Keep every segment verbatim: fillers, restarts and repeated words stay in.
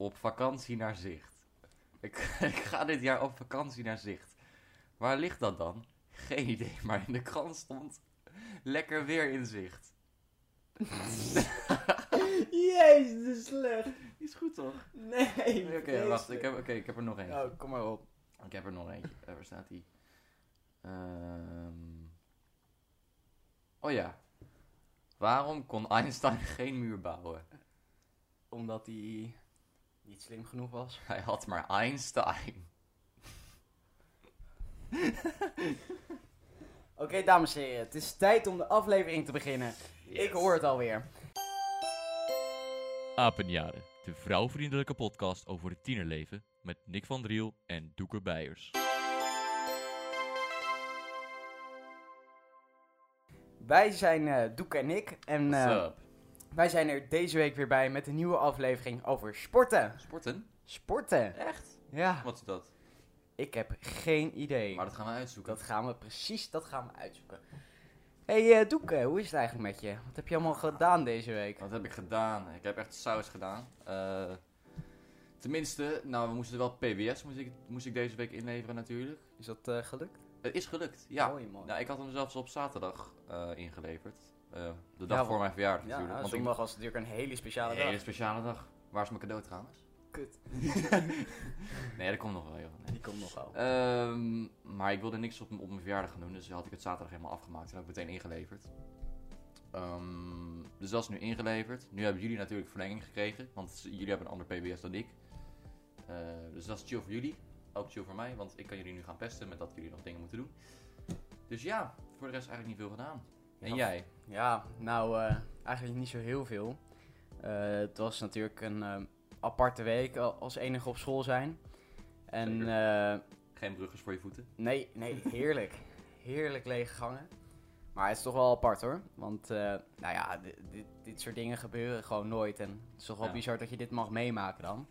op vakantie naar Zicht. Ik, ik ga dit jaar op vakantie naar Zicht. Waar ligt dat dan? Geen idee, maar in de krant stond lekker weer in zicht. Jezus, dat is slecht. Is goed toch? Nee. Oké, okay, wacht. Ik heb, okay, ik heb er nog eentje. Oh, kom maar op. Ik heb er nog eentje. Uh, waar staat die? Um... Oh ja. Waarom kon Einstein geen muur bouwen? Omdat hij niet slim genoeg was. Hij had maar Einstein. Oké, okay, dames en heren. Het is tijd om de aflevering te beginnen. Yes. Ik hoor het alweer. Apenjaren, de vrouwvriendelijke podcast over het tienerleven met Nick van Driel en Doeke Beijers. Wij zijn uh, Doeke en Nick en uh, up? wij zijn er deze week weer bij met een nieuwe aflevering over sporten. Sporten? Sporten. Echt? Ja. Wat is dat? Ik heb geen idee. Maar dat gaan we uitzoeken. Dat gaan we precies, dat gaan we uitzoeken. Hey uh, Doeke, hoe is het eigenlijk met je? Wat heb je allemaal gedaan deze week? Wat heb ik gedaan? Ik heb echt saus gedaan. Uh, tenminste, nou we moesten wel P W S moest ik, moest ik deze week inleveren natuurlijk. Is dat uh, gelukt? Het is gelukt, ja. Mooi, mooi. Nou, ik had hem zelfs op zaterdag uh, ingeleverd. Uh, de dag ja, voor mijn verjaardag ja, natuurlijk. Ja, want zondag ik... was natuurlijk een hele speciale een dag. Een hele speciale dag. Waar is mijn cadeau trouwens? Kut. Nee, dat komt nog wel, joh. Nee. Die komt nog wel. Um, maar ik wilde niks op, op mijn verjaardag gaan doen, dus had ik het zaterdag helemaal afgemaakt en heb ik meteen ingeleverd. Um, dus dat is nu ingeleverd. Nu hebben jullie natuurlijk verlenging gekregen, want jullie hebben een ander P B S dan ik. Uh, dus dat is chill voor jullie. Ook chill voor mij, want ik kan jullie nu gaan pesten met dat jullie nog dingen moeten doen. Dus ja, voor de rest eigenlijk niet veel gedaan. En ja, jij? Ja, nou uh, eigenlijk niet zo heel veel. Uh, het was natuurlijk een uh, aparte week als enige op school zijn. En uh, geen bruggers voor je voeten? Nee, nee, heerlijk. Heerlijk lege gangen. Maar het is toch wel apart hoor. Want uh, nou ja, dit, dit, dit soort dingen gebeuren gewoon nooit. En het is toch wel ja. bizar dat je dit mag meemaken dan.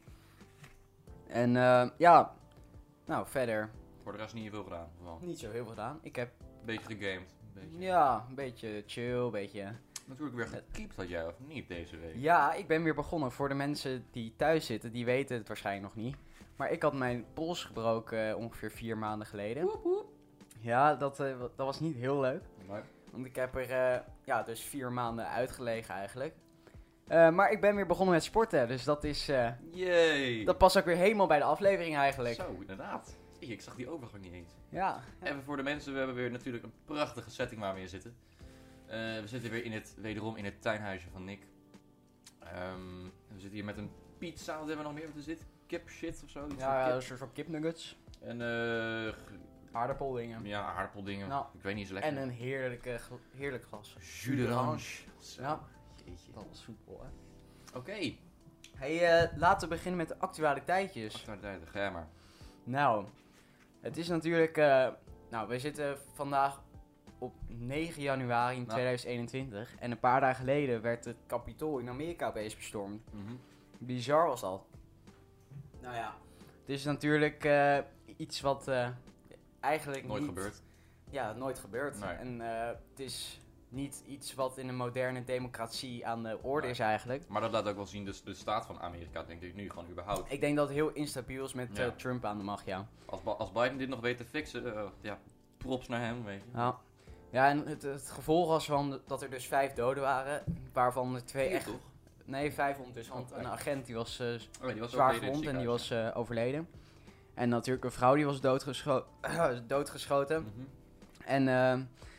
En uh, ja, nou verder. Voor de rest niet veel gedaan? Wel. Niet zo heel veel gedaan. Ik heb... Een beetje gegamed. Een beetje. Ja, een beetje chill, een beetje... Natuurlijk weer gekiept had jij of niet deze week? Ja, ik ben weer begonnen. Voor de mensen die thuis zitten, die weten het waarschijnlijk nog niet. Maar ik had mijn pols gebroken uh, ongeveer vier maanden geleden. Woep, woep. Ja, dat, uh, dat was niet heel leuk. Nee. Want ik heb er uh, ja, dus vier maanden uitgelegen eigenlijk. Uh, maar ik ben weer begonnen met sporten, dus dat is... Uh, Yay! Dat past ook weer helemaal bij de aflevering eigenlijk. Zo, inderdaad. Ik zag die overgang niet eens. Ja. Even voor de mensen, we hebben weer natuurlijk een prachtige setting waar we in zitten. Uh, we zitten weer in het, wederom in het tuinhuisje van Nick. Um, we zitten hier met een pizza, wat hebben we nog meer te zitten? Kip shit of zo? Iets ja, kip. een soort van kipnuggets. En uh, aardappeldingen. Ja, aardappelingen. Nou, ik weet niet zo lekker. En een heerlijke, heerlijk glas. Jus d'orange. Ja. Jeetje. Dat was soepel, hè. Oké. Okay. Hey, uh, laten we beginnen met de actualiteitjes. Actualiteiten, ga maar. Nou, het is natuurlijk... Uh, nou, we zitten vandaag op negen januari in tweeduizend eenentwintig. En een paar dagen geleden werd het Capitool in Amerika opeens bestormd. Mm-hmm. Bizar was dat. Nou ja. Het is natuurlijk uh, iets wat uh, eigenlijk nooit niet... gebeurt. Ja, nooit gebeurt. Nee. En uh, het is niet iets wat in een moderne democratie aan de orde nee. is eigenlijk. Maar dat laat ook wel zien de, de staat van Amerika, denk ik nu gewoon überhaupt. Ik denk dat het heel instabiel is met ja. uh, Trump aan de macht, ja. Als, als Biden dit nog weet te fixen, uh, ja, props naar hem, weet je. Ja, ja en het, het gevolg was van dat er dus vijf doden waren, waarvan er twee Vier, echt... toch? Nee, vijf ondertussen, want een agent die was, uh, oh, die was zwaar gewond en die was uh, overleden. En natuurlijk een vrouw die was doodgescho- doodgeschoten. Mm-hmm. En uh,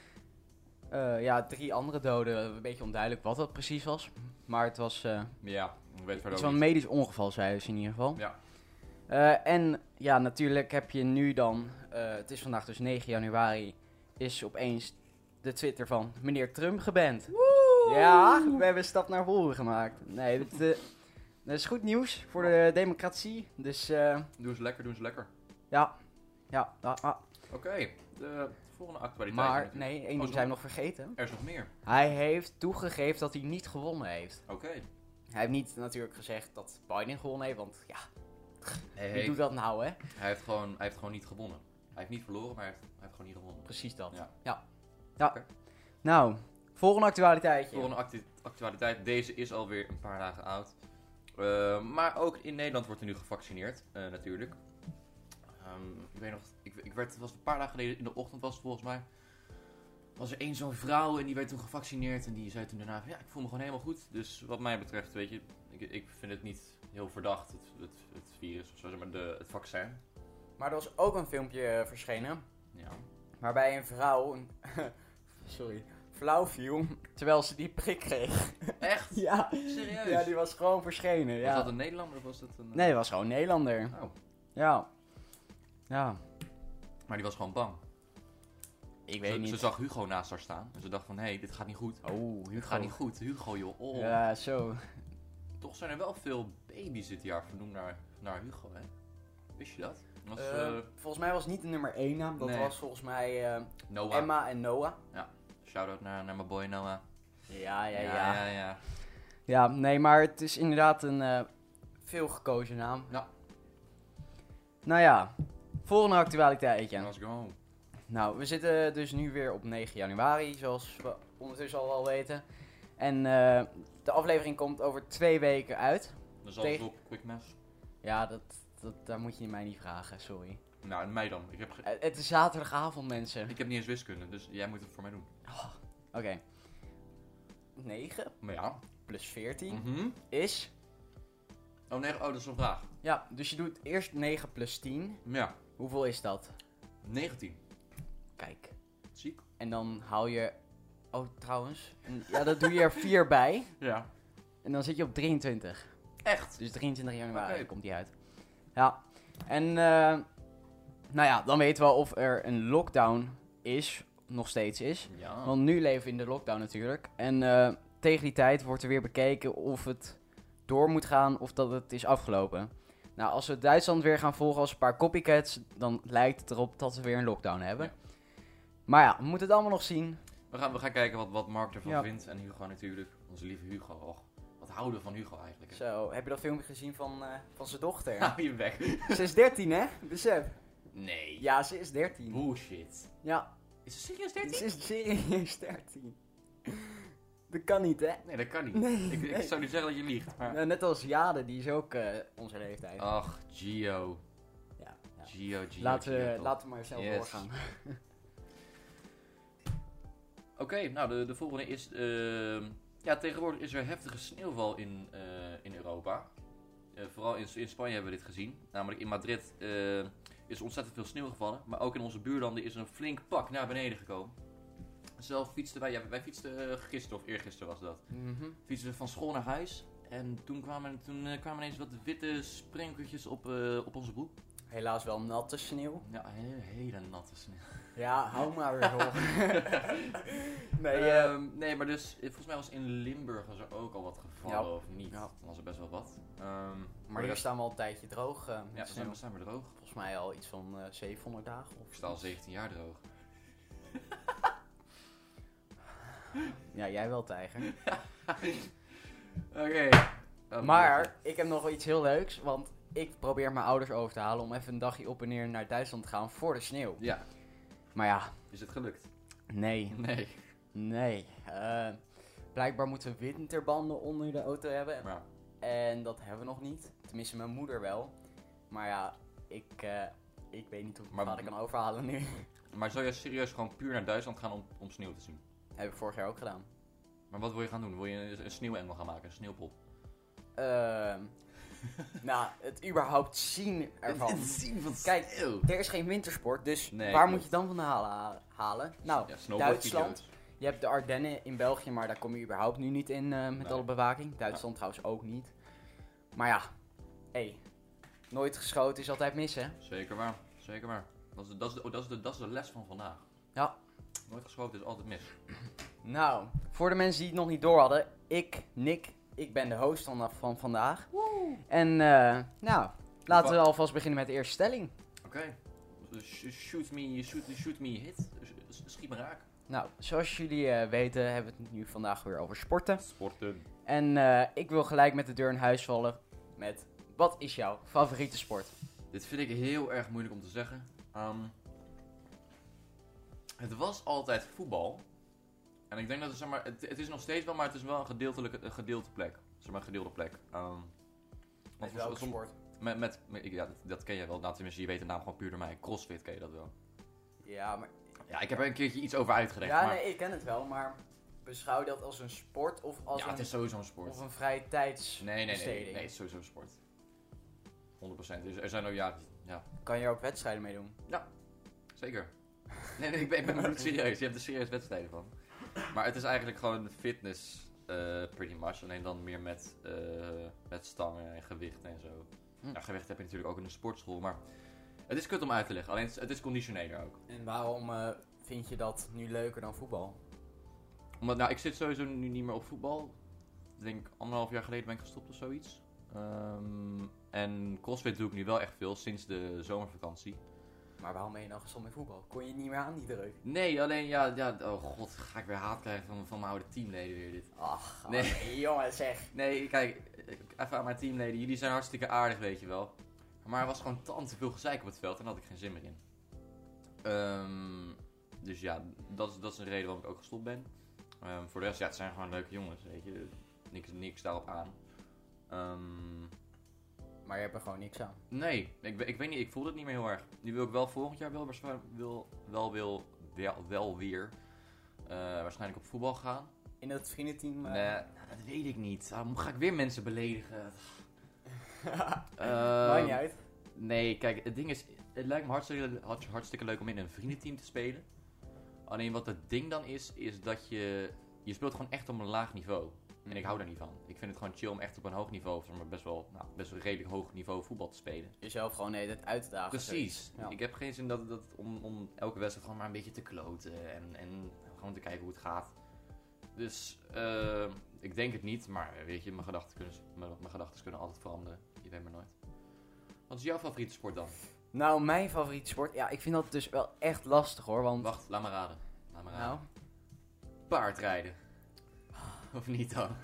uh, ja, drie andere doden, een beetje onduidelijk wat dat precies was. Maar het was uh, ja, ik weet iets van een medisch ongeval, zei ze in ieder geval. Ja. Uh, en ja, natuurlijk heb je nu dan, uh, het is vandaag dus negen januari, is opeens de Twitter van meneer Trump geband. Woe! Ja, we hebben een stap naar voren gemaakt. Nee, het, uh, dat is goed nieuws voor de democratie. Dus, uh, doe eens lekker, doe eens lekker. Ja, ja, ja. Ah. Oké, okay, de volgende actualiteit. Maar nee, één ding zijn we nog vergeten. Er is nog meer. Hij heeft toegegeven dat hij niet gewonnen heeft. Oké. Okay. Hij heeft niet natuurlijk gezegd dat Biden gewonnen heeft, want ja, nee, wie doet dat nou, hè? Hij heeft, gewoon, hij heeft gewoon niet gewonnen. Hij heeft niet verloren, maar hij heeft, hij heeft gewoon niet gewonnen. Precies dat. Ja. Ja. ja. Okay. Nou, volgende actualiteitje. Volgende actu- actualiteit. Deze is alweer een paar dagen oud. Uh, maar ook in Nederland wordt er nu gevaccineerd, uh, natuurlijk. Um, ik weet nog, ik, ik werd, het was een paar dagen geleden, in de ochtend was het volgens mij. Was er één zo'n vrouw en die werd toen gevaccineerd en die zei toen daarna, ja, ik voel me gewoon helemaal goed. Dus wat mij betreft, weet je, ik, ik vind het niet heel verdacht, het, het, het virus of zo, zeg maar de, het vaccin. Maar er was ook een filmpje verschenen, Ja. waarbij een vrouw, sorry, flauw viel, terwijl ze die prik kreeg. Echt? Ja. Serieus? Ja, die was gewoon verschenen, ja. Was dat een Nederlander of was dat een... Nee, die was gewoon een Nederlander. Oh. Ja. Ja. Maar die was gewoon bang. Ik weet ze, niet. Ze zag Hugo naast haar staan en ze dacht van, hé, hey, dit gaat niet goed. Oh, Hugo. Dit gaat niet goed, Hugo joh. Oh. Ja, zo. Toch zijn er wel veel baby's dit jaar vernoemd naar, naar Hugo, hè? Wist je dat? Was, Uh, uh, volgens mij was het niet de nummer één naam. Dat nee. was volgens mij uh, Noah. Emma en Noah. Ja, shout-out naar, naar mijn boy Noah. Ja, ja, ja. Ja, ja, ja. Ja, nee, maar het is inderdaad een uh, veel gekozen naam. Ja. Nou ja, volgende actualiteitje. Let's go. Nou, we zitten dus nu weer op negen januari, zoals we ondertussen al wel weten. En uh, de aflevering komt over twee weken uit. Dus alles Tegen- op Quick Math. Ja, dat, dat, daar moet je mij niet vragen, sorry. Nou, en mij dan. Ik heb, ge- Uh, het is zaterdagavond, mensen. ik heb niet eens wiskunde, dus jij moet het voor mij doen. Oké. Okay. negen Maar ja. plus veertien Mhm. is... Oh nee, oh, dat is een vraag. Ja, dus je doet eerst negen plus tien. Ja, Hoeveel is dat? negentien. Kijk. Ziek. En dan haal je... Oh, trouwens. En- Ja, dat doe je er vier bij. Ja. En dan zit je op drieëntwintig. Echt? Dus drieëntwintig januari Oké. komt die uit. Ja. En, uh, nou ja, dan weten we of er een lockdown is. Nog steeds is. Ja. Want nu leven we in de lockdown natuurlijk. En uh, tegen die tijd wordt er weer bekeken of het door moet gaan of dat het is afgelopen. Nou, als we Duitsland weer gaan volgen als een paar copycats, dan lijkt het erop dat we weer een lockdown hebben. Ja. Maar ja, we moeten het allemaal nog zien. We gaan, we gaan kijken wat, wat Mark ervan Ja. vindt. En Hugo natuurlijk. Onze lieve Hugo. Och, wat houden we van Hugo eigenlijk? Hè? Zo, heb je dat filmpje gezien van, uh, van zijn dochter? Hou je weg. Ze is dertien, hè? Besef. Nee. Ja, ze is dertien. Bullshit. Ja, Is het serieus ze dertien? is serieus dertien. Dat kan niet, hè? Nee, dat kan niet. Nee, ik, ik nee. zou niet zeggen dat je liegt. Maar... Nou, net als Jade, die is ook uh, onze leeftijd. Ach, Gio. Ja, ja. Gio, Gio, Laten we, Gio, top. laten we maar zelf Yes. doorgaan. Oké, okay, nou de, de volgende is... Uh, ja, tegenwoordig is er heftige sneeuwval in, uh, in Europa. Uh, vooral in, in Spanje hebben we dit gezien. Namelijk in Madrid uh, is ontzettend veel sneeuw gevallen. Maar ook in onze buurlanden is er een flink pak naar beneden gekomen. Zelf fietsten wij... Ja, wij fietsten uh, gisteren of eergisteren was dat. Mm-hmm. Fietsten we van school naar huis. En toen kwamen, toen, uh, kwamen ineens wat witte sprenkeltjes op, uh, op onze broek. Helaas wel natte sneeuw. Ja, hele, hele natte sneeuw. Ja, hou maar weer vol. Nee, nee, uh, um, nee, maar dus, volgens mij was in Limburg was er ook al wat gevallen, Ja. of niet? Ja. Dan was er best wel wat. Um, maar maar de hier rest- staan we al een tijdje droog. Uh, Ja, met we sneeuw. zijn, we zijn weer droog. Volgens mij al iets van uh, zevenhonderd dagen. Of Ik sta al iets. zeventien jaar droog. Ja, jij wel, tijger. Oké. Oh, Maar ik heb nog wel iets heel leuks. Want ik probeer mijn ouders over te halen om even een dagje op en neer naar Duitsland te gaan voor de sneeuw. Ja, Maar ja, is het gelukt? nee. Nee. Nee. Uh, blijkbaar moeten we winterbanden onder de auto hebben. Maar, En dat hebben we nog niet. Tenminste, mijn moeder wel. Maar ja, ik, uh, ik weet niet hoe ik Maar- mijn vader kan overhalen nu. maar zou je serieus gewoon puur naar Duitsland gaan om, om sneeuw te zien? Heb ik vorig jaar ook gedaan. Maar wat wil je gaan doen? Wil je een, een sneeuwengel gaan maken? Een sneeuwpop? Uh, nou, het überhaupt zien ervan. zien van Kijk, sneeuw. Er is geen wintersport, dus Nee, waar klopt. moet je dan van halen? halen? Nou, Ja, snowboard Duitsland. video's. Je hebt de Ardennen in België, maar daar kom je überhaupt nu niet in uh, met Nee. alle bewaking. Duitsland trouwens ook niet. Maar ja, hé, hey, nooit geschoten is altijd mis, hè? Zeker waar, zeker waar. Dat is, de, dat, is de, dat, is de, dat is de les van vandaag. Ja. Nooit geschoten is altijd mis. Nou, voor de mensen die het nog niet door hadden, ik, Nick, ik ben de host van, van vandaag. Woe. En uh, nou, laten we alvast beginnen met de eerste stelling. Oké. Okay. Shoot me, shoot, shoot me hit. Schiet me raak. Nou, zoals jullie uh, weten hebben we het nu vandaag weer over sporten. Sporten. En uh, ik wil gelijk met de deur in huis vallen met, wat is jouw favoriete sport? Dit vind ik heel erg moeilijk om te zeggen. Um, het was altijd voetbal. En ik denk dat het, zeg maar, het, het is nog steeds wel, maar het is wel een gedeeltelijke een gedeelte plek. Zeg maar een gedeelde plek. Um, Met som- welke som- sport? Met, met, met- ik- ja, dat, dat ken je wel. Nou, tenminste, je weet de naam gewoon puur door mij. CrossFit ken je dat wel. Ja, maar... Ja, ik heb er een keertje iets over uitgelegd. Ja, maar nee, ik ken het wel, maar beschouw je dat als een sport of als ja, een, het is sowieso een sport. of een vrije tijdsbesteding? Nee, nee, nee, nee, het is sowieso een sport. honderd procent. Dus er zijn ook, ja, ja, Kan je er ook wedstrijden mee doen? zeker. Nee, nee, ik ben, ik ben bedoeld serieus. Je hebt er serieus wedstrijden van. Maar het is eigenlijk gewoon fitness, eh, pretty much. Alleen dan meer met, eh, met stangen en gewicht en zo. Hm. Ja, gewicht heb je natuurlijk ook in de sportschool, maar het is kut om uit te leggen. Alleen het is, het is conditioneler ook. En waarom eh, vind je dat nu leuker dan voetbal? Omdat, nou, ik zit sowieso nu niet meer op voetbal. Ik denk anderhalf jaar geleden ben ik gestopt of zoiets. Ehm, en CrossFit doe ik nu wel echt veel sinds de zomervakantie. Maar waarom ben je dan gestopt met voetbal? Kon je niet meer aan die druk? Nee, alleen ja, ja, oh god, ga ik weer haat krijgen van, van mijn oude teamleden weer dit. Ach, Nee. nee. jongen zeg. Nee, kijk, even aan mijn teamleden. Jullie zijn hartstikke aardig, weet je wel. Maar er was gewoon te veel gezeik op het veld en daar had ik geen zin meer in. Ehm, dus ja, dat is, dat is een reden waarom ik ook gestopt ben. Ehm, voor de rest, ja, het zijn gewoon leuke jongens, weet je. Niks, niks daarop aan. Ehm, Maar je hebt er gewoon niks aan. nee, ik, ik weet niet, ik voel het niet meer heel erg. Nu wil ik wel volgend jaar wel, waarschijnlijk- wil, wel, wil, wel, wel weer eh, waarschijnlijk op voetbal gaan. In het vriendenteam? eh, Nee, nou, dat weet ik niet. Waarom ga ik weer mensen beledigen? Maakt Ehm, niet uit. Nee, kijk, het ding is, het lijkt me hartstikke, hart- hartstikke leuk om in een vriendenteam te spelen. Alleen wat het ding dan is, is dat je, je speelt gewoon echt op een laag niveau. En ik hou daar niet van. Ik vind het gewoon chill om echt op een hoog niveau, zeg maar best wel, nou, best wel redelijk hoog niveau voetbal te spelen. Jezelf gewoon de hele tijd uit te dagen. Precies. zoiets. Ja. Ik heb geen zin dat, dat, om, om elke wedstrijd gewoon maar een beetje te kloten en, en gewoon te kijken hoe het gaat. Dus eh, ik denk het niet, maar weet je, mijn gedachten kunnen, mijn, mijn gedachten kunnen altijd veranderen. Je weet maar nooit. Wat is jouw favoriete sport dan? Nou, mijn favoriete sport, ja, ik vind dat dus wel echt lastig hoor, want... Wacht, laat me raden. Laat me raden. Nou, Paardrijden. Of niet dan?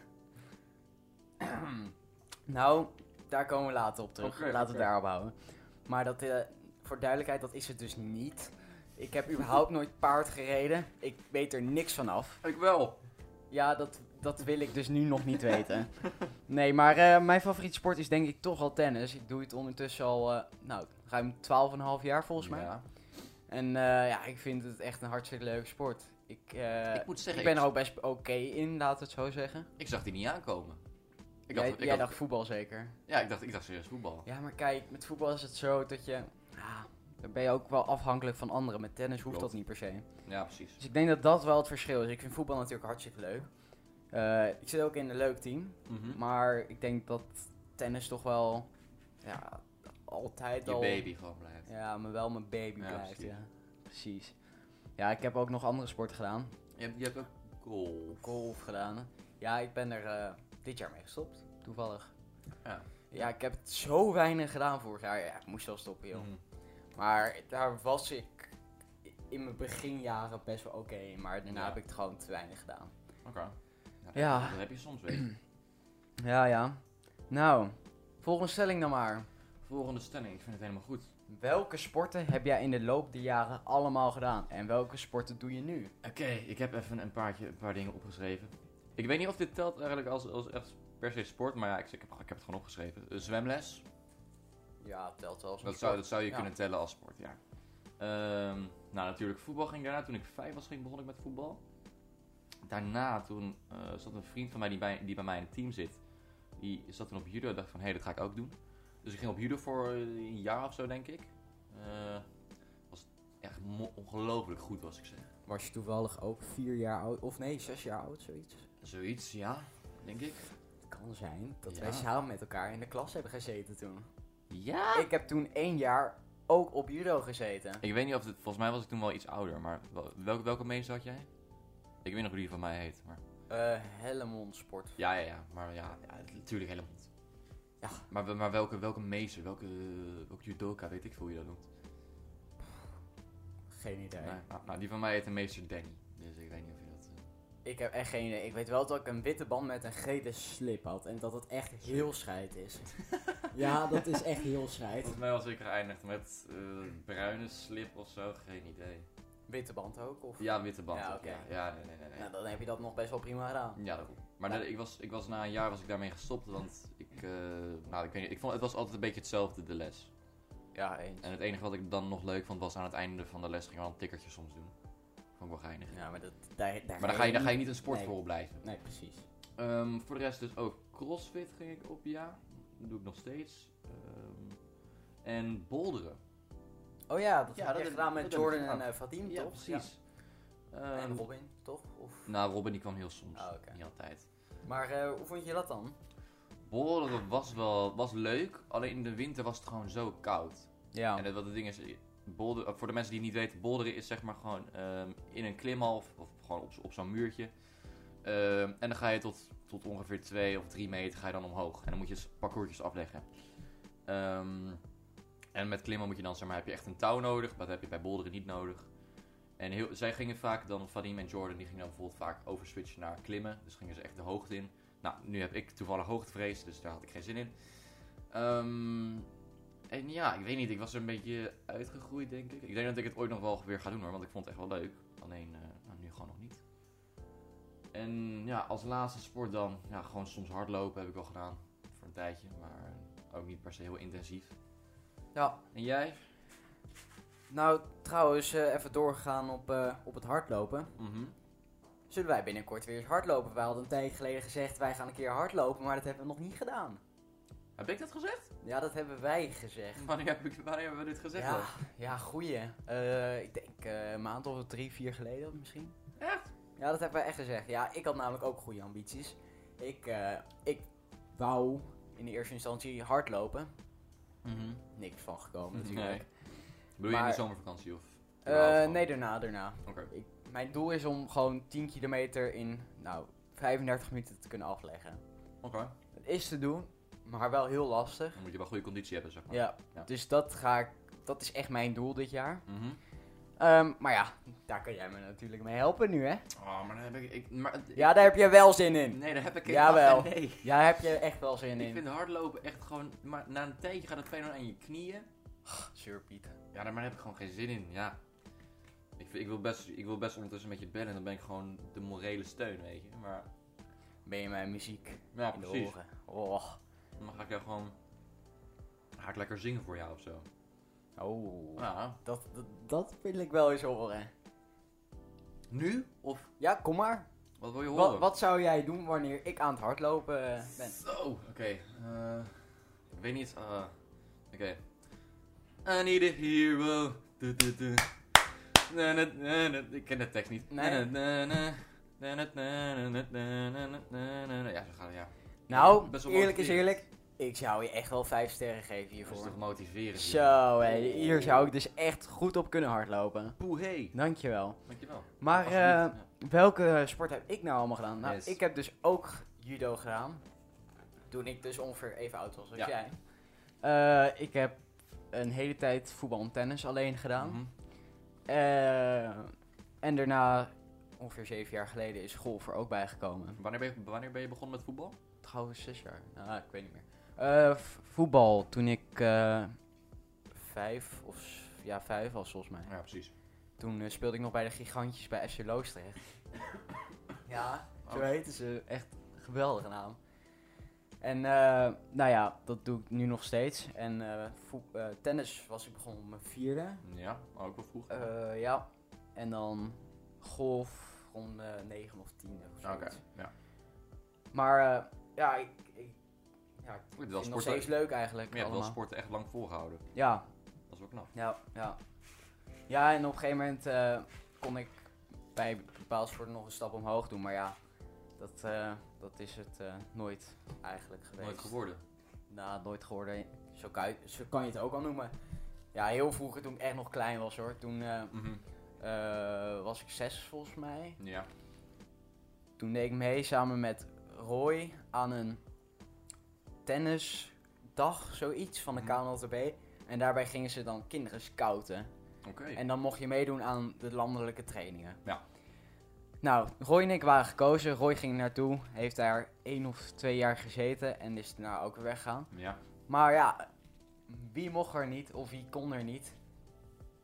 nou, daar komen we later op terug. Oké, Laten we oké. daarop houden. Maar dat, eh, voor duidelijkheid, dat is het dus niet. Ik heb überhaupt nooit paard gereden. Ik weet er niks van af. Ik wel. Ja, dat, dat wil ik dus nu nog niet weten. Nee, maar eh, mijn favoriete sport is denk ik toch al tennis. Ik doe het ondertussen al, eh, nou, ruim twaalf komma vijf jaar volgens mij. Ja. En eh, ja, ik vind het echt een hartstikke leuke sport. Ik, eh, Ik moet zeggen, ik ben ik- er ook best oké in, laten we het zo zeggen. Ik zag die niet aankomen. Ik jij dacht, ik jij dacht, dacht voetbal zeker? ja, ik dacht, ik dacht serieus voetbal. Ja, maar kijk, met voetbal is het zo dat je... Ja, dan ben je ook wel afhankelijk van anderen. Met tennis hoeft Klopt. dat niet per se. Ja, precies. Dus ik denk dat dat wel het verschil is. Ik vind voetbal natuurlijk hartstikke leuk. Eh, ik zit ook in een leuk team. Mhm. Maar ik denk dat tennis toch wel... Ja, altijd Je al... baby gewoon blijft. Ja, maar wel mijn baby Ja, blijft, precies. ja. Precies. Ja, ik heb ook nog andere sporten gedaan. Je hebt, je hebt ook golf. Golf gedaan. Ja, ik ben er eh, dit jaar mee gestopt. Toevallig. Ja. Ja, ik heb het zo weinig gedaan vorig jaar. Ja, ik moest wel stoppen, joh. Mhm. Maar daar was ik in mijn beginjaren best wel oké in. Maar daarna Ja. heb ik het gewoon te weinig gedaan. Oké. Ja, Ja. Dat heb je soms, weet je. Ja, ja. Nou, volgende stelling dan maar. Volgende stelling, ik vind het helemaal goed. Welke sporten heb jij in de loop der jaren allemaal gedaan? En welke sporten doe je nu? Oké, ik heb even een, paardje, een paar dingen opgeschreven. Ik weet niet of dit telt eigenlijk als, als echt per se sport, maar ja, ik, ik, heb, ik heb het gewoon opgeschreven. Uh, zwemles, Ja, het telt wel als een dat zou, dat zou je Ja. kunnen tellen als sport, ja. Ehm, nou, natuurlijk voetbal ging daarna. Toen ik vijf was, ging, begon ik met voetbal. Daarna, toen eh, zat een vriend van mij die bij, die bij mij in het team zit. Die zat toen op judo en dacht van, hé, hey, dat ga ik ook doen. Dus ik ging op judo voor eh, een jaar of zo, denk ik. Eh, was echt mo- ongelooflijk goed, was ik zeg. Was je toevallig ook vier jaar oud? Of nee, zes jaar oud, zoiets? Zoiets, ja, denk ik. Het kan zijn dat Ja. wij samen met elkaar in de klas hebben gezeten toen. Ja? Ik heb toen één jaar ook op judo gezeten. Ik weet niet of het, volgens mij was ik toen wel iets ouder, maar wel- welke, welke meester had jij? Ik weet nog hoe die van mij heet, maar... Eh, Helmond Sport. Ja, ja, ja, maar ja, ja natuurlijk helemaal niet. Ja. Maar, we- maar welke, welke meester, welke, welke judoka, weet ik veel hoe je dat noemt. Geen idee. Nee, nou, nou, die van mij heet een meester Danny, dus ik weet niet of je dat... eh, Ik heb echt geen idee. Ik weet wel dat ik een witte band met een gele slip had. En dat het echt heel scheid is. Ja, dat is echt heel scheid. Volgens mij was ik geëindigd met eh, bruine slip of zo, geen idee. Witte band ook? Of? Ja, witte band. Ja, ook, oké. ja. Ja, nee, nee, nee. nee. Nou, dan heb je dat nog best wel prima gedaan. Ja, daarom. Maar Ja. nee, ik, was, ik was na een jaar was ik daarmee gestopt, want ik, uh, nou, ik weet niet, ik vond het was altijd een beetje hetzelfde, de les. Ja, eens. En het enige wat ik dan nog leuk vond, was aan het einde van de les gingen we dan een tikkertje soms doen. Vond ik wel geinig. Ja, maar dat, daar, daar Maar daar ga je, daar ga je niet een nee. sport voor blijven. Nee, precies. Um, voor de rest dus ook CrossFit ging ik op, ja. Dat doe ik nog steeds. Um, en boulderen. Oh ja, dat Ja, heb dat je heb- gedaan dat met heb ik Jordan gedaan. en uh, Vadim, Ja, toch? precies. Ja. Um, En Robin, toch? Of... Nou, Robin die kwam heel soms. Oh, oké. Niet altijd. Maar uh, hoe vond je dat dan? Boulderen was wel was leuk, alleen in de winter was het gewoon zo koud. Ja. En het, wat het ding is, boulder, voor de mensen die het niet weten, boulderen is zeg maar gewoon um, in een klimhal of, of gewoon op, op zo'n muurtje. Um, en dan ga je tot, tot ongeveer twee of drie meter ga je dan omhoog. En dan moet je parcoursjes afleggen. Um, en met klimmen moet je dan, zeg maar, heb je echt een touw nodig. Dat heb je bij boulderen niet nodig. En heel, zij gingen vaak dan, Vadim en Jordan, die gingen dan bijvoorbeeld vaak overswitchen naar klimmen. Dus gingen ze echt de hoogte in. Nou, nu heb ik toevallig hoogtevrees, dus daar had ik geen zin in. Um, en ja, ik weet niet, ik was er een beetje uitgegroeid, denk ik. Ik denk dat ik het ooit nog wel weer ga doen hoor, want ik vond het echt wel leuk. Alleen, uh, nou, nu gewoon nog niet. En ja, als laatste sport dan, ja, gewoon soms hardlopen heb ik al gedaan. Voor een tijdje, maar ook niet per se heel intensief. Ja. En jij? Nou, trouwens, uh, even doorgegaan op, uh, op het hardlopen. Mm-hmm. Zullen wij binnenkort weer eens hardlopen? Wij hadden een tijd geleden gezegd, wij gaan een keer hardlopen, maar dat hebben we nog niet gedaan. Heb ik dat gezegd? Ja, dat hebben wij gezegd. Wanneer, heb ik, wanneer hebben we dit gezegd? Ja, dan? ja, goeie. Uh, ik denk uh, een maand of drie, vier geleden misschien. Echt? Ja, dat hebben wij echt gezegd. Ja, ik had namelijk ook goede ambities. Ik, uh, ik wou in de eerste instantie hardlopen. Mm-hmm. Niks van gekomen natuurlijk. Nee. Bedoel je Maar- in de zomervakantie of? Uh, nee, daarna, daarna. Oké. Ik, mijn doel is om gewoon tien kilometer in, nou, vijfendertig minuten te kunnen afleggen. Oké. Het is te doen, maar wel heel lastig. Dan moet je wel goede conditie hebben, zeg maar. Ja, Ja. dus dat ga ik, dat is echt mijn doel dit jaar. Mm-hmm. Um, maar ja, daar kan jij me natuurlijk mee helpen nu, hè? Oh, maar dan heb ik... ik maar, Ja, daar heb je wel zin in. Nee, daar heb ik Jawel. geen nee. Ja, daar heb je echt wel zin Ik in. vind hardlopen echt gewoon... Maar na een tijdje gaat het pijn aan je knieën. Sure, Piet. Ja, daar maar heb ik gewoon geen zin in, ja. Ik, vind- ik, wil best, ik wil best ondertussen met je bellen en dan ben ik gewoon de morele steun, weet je. Maar Ben je mijn muziek ja, in de precies. oren? Oh. Dan ga ik jou gewoon... Dan ga ik lekker zingen voor jou of zo. Oh. Ja. Dat, dat, dat wil ik wel eens horen. Nu? Of Ja, kom maar. wat wil je horen? Wat, wat zou jij doen wanneer ik aan het hardlopen uh, ben? Zo, oké. Okay. Uh, ik weet niet. Uh, oké. Okay. I need a hero. Du, du, du. Na, na, na, na. Ik ken de tekst niet. Nee. Na, na, na, na, na, na, na, na, na, na, na, na, na. Ja, zo gaat het, ja. Nou, Best wel eerlijk is motiverend. eerlijk. Ik zou je echt wel vijf sterren geven Dat is hiervoor. toch motiverend? Zo, hé. Hier zou ik dus echt goed op kunnen hardlopen. Poeh, hey. Dankjewel. Dankjewel. Maar uh, Alsjeblieft, ja. welke sport heb ik nou allemaal gedaan? Nou, Yes. ik heb dus ook judo gedaan. Toen ik dus ongeveer even oud was als Ja. jij. Uh, ik heb een hele tijd voetbal en tennis alleen gedaan. Mhm. Uh, en daarna, ongeveer zeven jaar geleden, is golf er ook bijgekomen. Wanneer, ben je, wanneer ben je begonnen met voetbal? Trouwens, zes jaar. Nou, ik weet niet meer. Uh, v- voetbal, toen ik uh, vijf of s- ja, vijf was volgens mij. Ja, precies. Toen uh, speelde ik nog bij de Gigantjes bij F C Loosdrecht. Ja, zo Oh. heten ze. Echt een geweldige naam. En uh, nou ja, dat doe ik nu nog steeds. En uh, voet- uh, tennis was ik begonnen op mijn vierde. Ja, ook wel vroeg. Uh, ja. En dan golf rond uh, negen of tien of zo. Oké, ja. Maar uh, ja, ik, ik, ja, ik Je hebt vind wel het nog sporten, steeds leuk eigenlijk. je hebt wel allemaal. sporten echt lang volgehouden. Ja, Dat is wel knap. ja, ja. Ja, en op een gegeven moment uh, kon ik bij bepaalde sporten nog een stap omhoog doen. Maar ja, dat, uh, dat is het uh, nooit eigenlijk geweest. Nooit geworden. Nou, nooit geworden. Zo kan, je, zo kan je het ook al noemen. Ja, heel vroeger toen ik echt nog klein was hoor. Toen uh, Mhm. uh, was ik zes volgens mij. Ja. Toen deed ik mee samen met Roy aan een tennisdag, zoiets, van de Mhm. K N L T B. En daarbij gingen ze dan kinderen scouten. Oké. En dan mocht je meedoen aan de landelijke trainingen. Ja. Nou, Roy en ik waren gekozen. Roy ging er naartoe, heeft daar één of twee jaar gezeten en is daarna ook weer weggegaan. Ja. Maar ja, wie mocht er niet of wie kon er niet?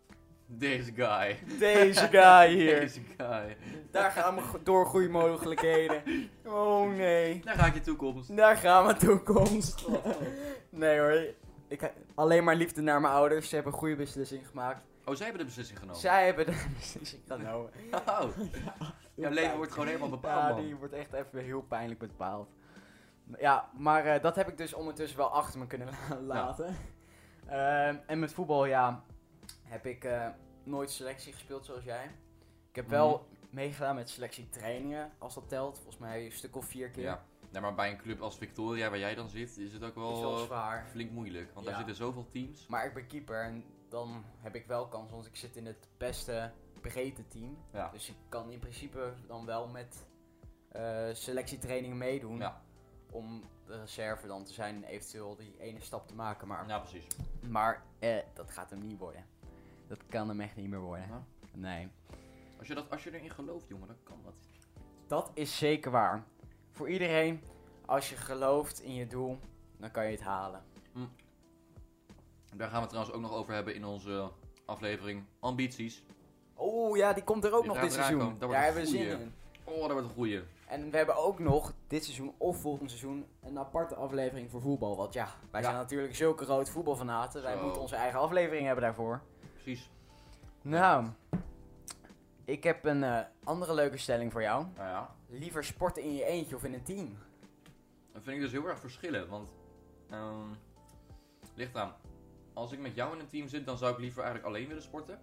Deze guy. Deze guy hier. Deze guy. Daar gaan we door groeimogelijkheden. Oh nee. Daar ga ik je toekomst. Daar gaan we toekomst. Nee hoor. Ik heb alleen maar liefde naar mijn ouders. Ze hebben een goede beslissing gemaakt. Oh, zij hebben de beslissing genomen. Zij hebben de beslissing genomen. Oh. Jouw leven wordt gewoon helemaal bepaald, Ja, man. die wordt echt even heel pijnlijk bepaald. Ja, maar uh, dat heb ik dus ondertussen wel achter me kunnen la- laten. Ja. Uh, en met voetbal, ja, heb ik uh, nooit selectie gespeeld zoals jij. Ik heb wel mm-hmm. meegedaan met selectietrainingen, als dat telt. Volgens mij een stuk of vier keer. Ja. Ja, maar bij een club als Victoria, waar jij dan zit, is het ook wel, is wel zwaar. Flink moeilijk. Want ja. daar zitten zoveel teams. Maar ik ben keeper en dan heb ik wel kans, want ik zit in het beste breedte team. Ja. Dus ik kan in principe dan wel met uh, selectietrainingen meedoen. Ja. Om de reserve dan te zijn en eventueel die ene stap te maken. Maar, ja, precies. Maar eh, dat gaat hem niet worden. Dat kan hem echt niet meer worden. Ja. Nee. Als je, dat, als je erin gelooft, jongen, dan kan dat. Dat is zeker waar. Voor iedereen, als je gelooft in je doel, dan kan je het halen. Hm. Daar gaan we het trouwens ook nog over hebben in onze aflevering Ambities. Oh ja, die komt er ook die nog dit seizoen. Daar hebben we zin in. Oh, dat wordt een goeie. En we hebben ook nog dit seizoen of volgend seizoen een aparte aflevering voor voetbal. Want ja, wij ja. zijn natuurlijk zulke grote voetbalfanaten. Wij Zo. moeten onze eigen aflevering hebben daarvoor. Precies. Nou, ik heb een uh, andere leuke stelling voor jou. Nou ja. Liever sporten in je eentje of in een team? Dat vind ik dus heel erg verschillen. Want, um, ligt aan. Als ik met jou in een team zit, dan zou ik liever eigenlijk alleen willen sporten.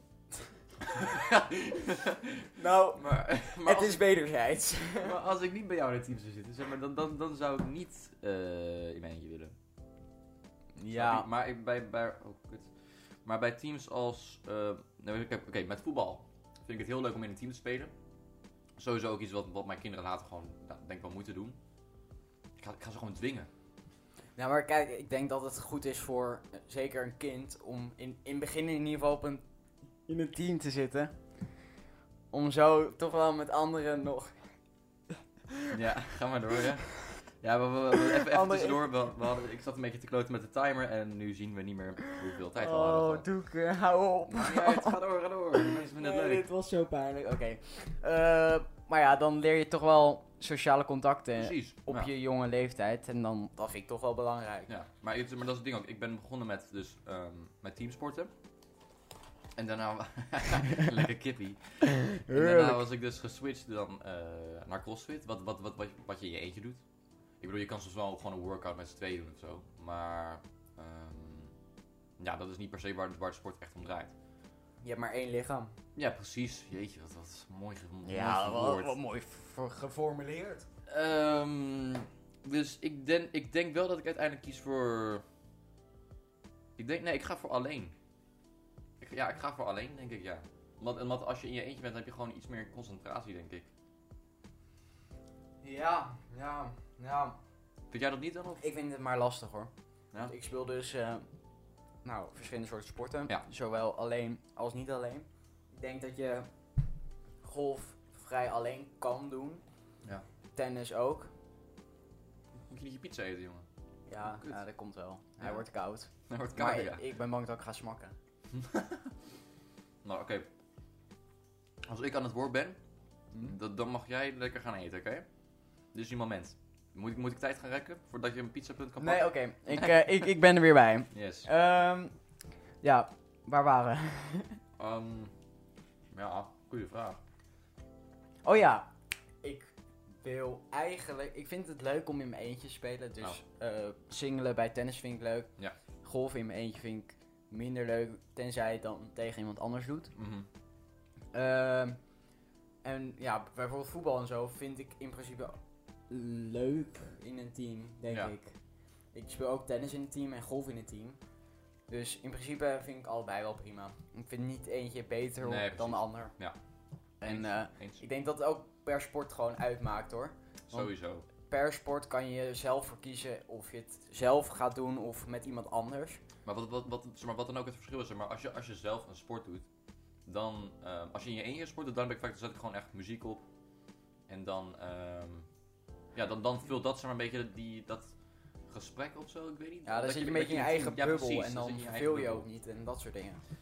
Nou, maar, maar het als, is wederzijds. Maar als ik niet bij jou in het team zou zitten, zeg maar, dan, dan, dan zou ik niet uh, in mijn eentje willen. Ja. Maar, ik, bij, bij, oh, kut. maar bij teams als... Uh, nou, Oké, okay, met voetbal vind ik het heel leuk om in een team te spelen. Sowieso ook iets wat, wat mijn kinderen later gewoon, nou, denk ik wel, moeten doen. Ik ga, ik ga ze gewoon dwingen. Nou, maar kijk, ik denk dat het goed is voor uh, zeker een kind om in, in het begin in ieder geval op een, in een team te zitten. Om zo toch wel met anderen nog... Ja, ga maar door, ja. Ja, we, we, we, even, even tussendoor. We, we hadden, ik zat een beetje te kloten met de timer en nu zien we niet meer hoeveel tijd we oh, hadden. Oh, Doeke, hou op. Maar niet uit, ga door, ga door. De mensen vinden het nee, leuk. Dit was zo pijnlijk. Oké. Okay. Uh, maar ja, dan leer je toch wel sociale contacten Precies, op ja. je jonge leeftijd. En dan, dat vind ik toch wel belangrijk. Ja, maar, het, maar dat is het ding ook. Ik ben begonnen met, dus, um, met teamsporten. En daarna... Lekker kippie. En daarna was ik dus geswitcht dan uh, naar CrossFit. Wat, wat, wat, wat, wat je in je eentje doet. Ik bedoel, je kan soms wel gewoon een workout met z'n tweeën doen of zo. Maar... Um, ja, dat is niet per se waar, waar de sport echt om draait. Je hebt maar één lichaam. Ja, precies. Jeetje, wat, wat mooi gevoerd. Ja, wat, wat mooi voor, geformuleerd. Um, dus ik denk, ik denk wel dat ik uiteindelijk kies voor... Ik denk, nee, ik ga voor alleen. Ik, ja, ik ga voor alleen, denk ik, ja. Omdat, omdat als je in je eentje bent, dan heb je gewoon iets meer concentratie, denk ik. Ja, ja, ja. Vind jij dat niet dan? Of? Ik vind het maar lastig hoor. Ja? Ik speel dus uh, nou, verschillende soorten sporten. Ja. Zowel alleen als niet alleen. Ik denk dat je golf vrij alleen kan doen. Ja. Tennis ook. Moet je niet je pizza eten, jongen? Ja, oh, ja dat komt wel. Ja. Hij wordt koud. Hij wordt koud, maar ja. ik, ik ben bang dat ik ga smakken. Nou, oké. Okay. Als ik aan het woord ben, Hm? d- dan mag jij lekker gaan eten, oké? Okay? Dit is je moment. Moet ik, moet ik tijd gaan rekken voordat je een pizzapunt kan pakken? Nee, oké. Okay. ik, uh, ik, ik ben er weer bij. Yes. Um, ja, waar waren we? um, ja, goede vraag. Oh ja, ik wil eigenlijk... Ik vind het leuk om in mijn eentje te spelen. Dus oh. uh, singelen bij tennis vind ik leuk. Ja. Golfen in mijn eentje vind ik minder leuk. Tenzij je het dan tegen iemand anders doet. Mm-hmm. Uh, en ja, bijvoorbeeld voetbal en zo vind ik in principe leuk in een team, denk ja. ik. Ik speel ook tennis in een team en golf in een team. Dus in principe vind ik allebei wel prima. Ik vind niet eentje beter nee, dan de ander. Ja. En uh, ik denk dat het ook per sport gewoon uitmaakt hoor. Sowieso. Want per sport kan je zelf voor kiezen of je het zelf gaat doen of met iemand anders. Maar wat, wat, wat, zeg maar, wat dan ook het verschil is, zeg maar, als je, als je zelf een sport doet, dan, uh, als je in je eentje sport doet, dan, ben ik vaak, dan zet ik gewoon echt muziek op. En dan, um, ja, dan, dan vult dat zeg maar een beetje die, dat gesprek of zo, ik weet niet. Ja, dan dat zit je een beetje in je eigen ja, bubbel precies, en dan, dan verveel je, je je ook niet en dat soort dingen.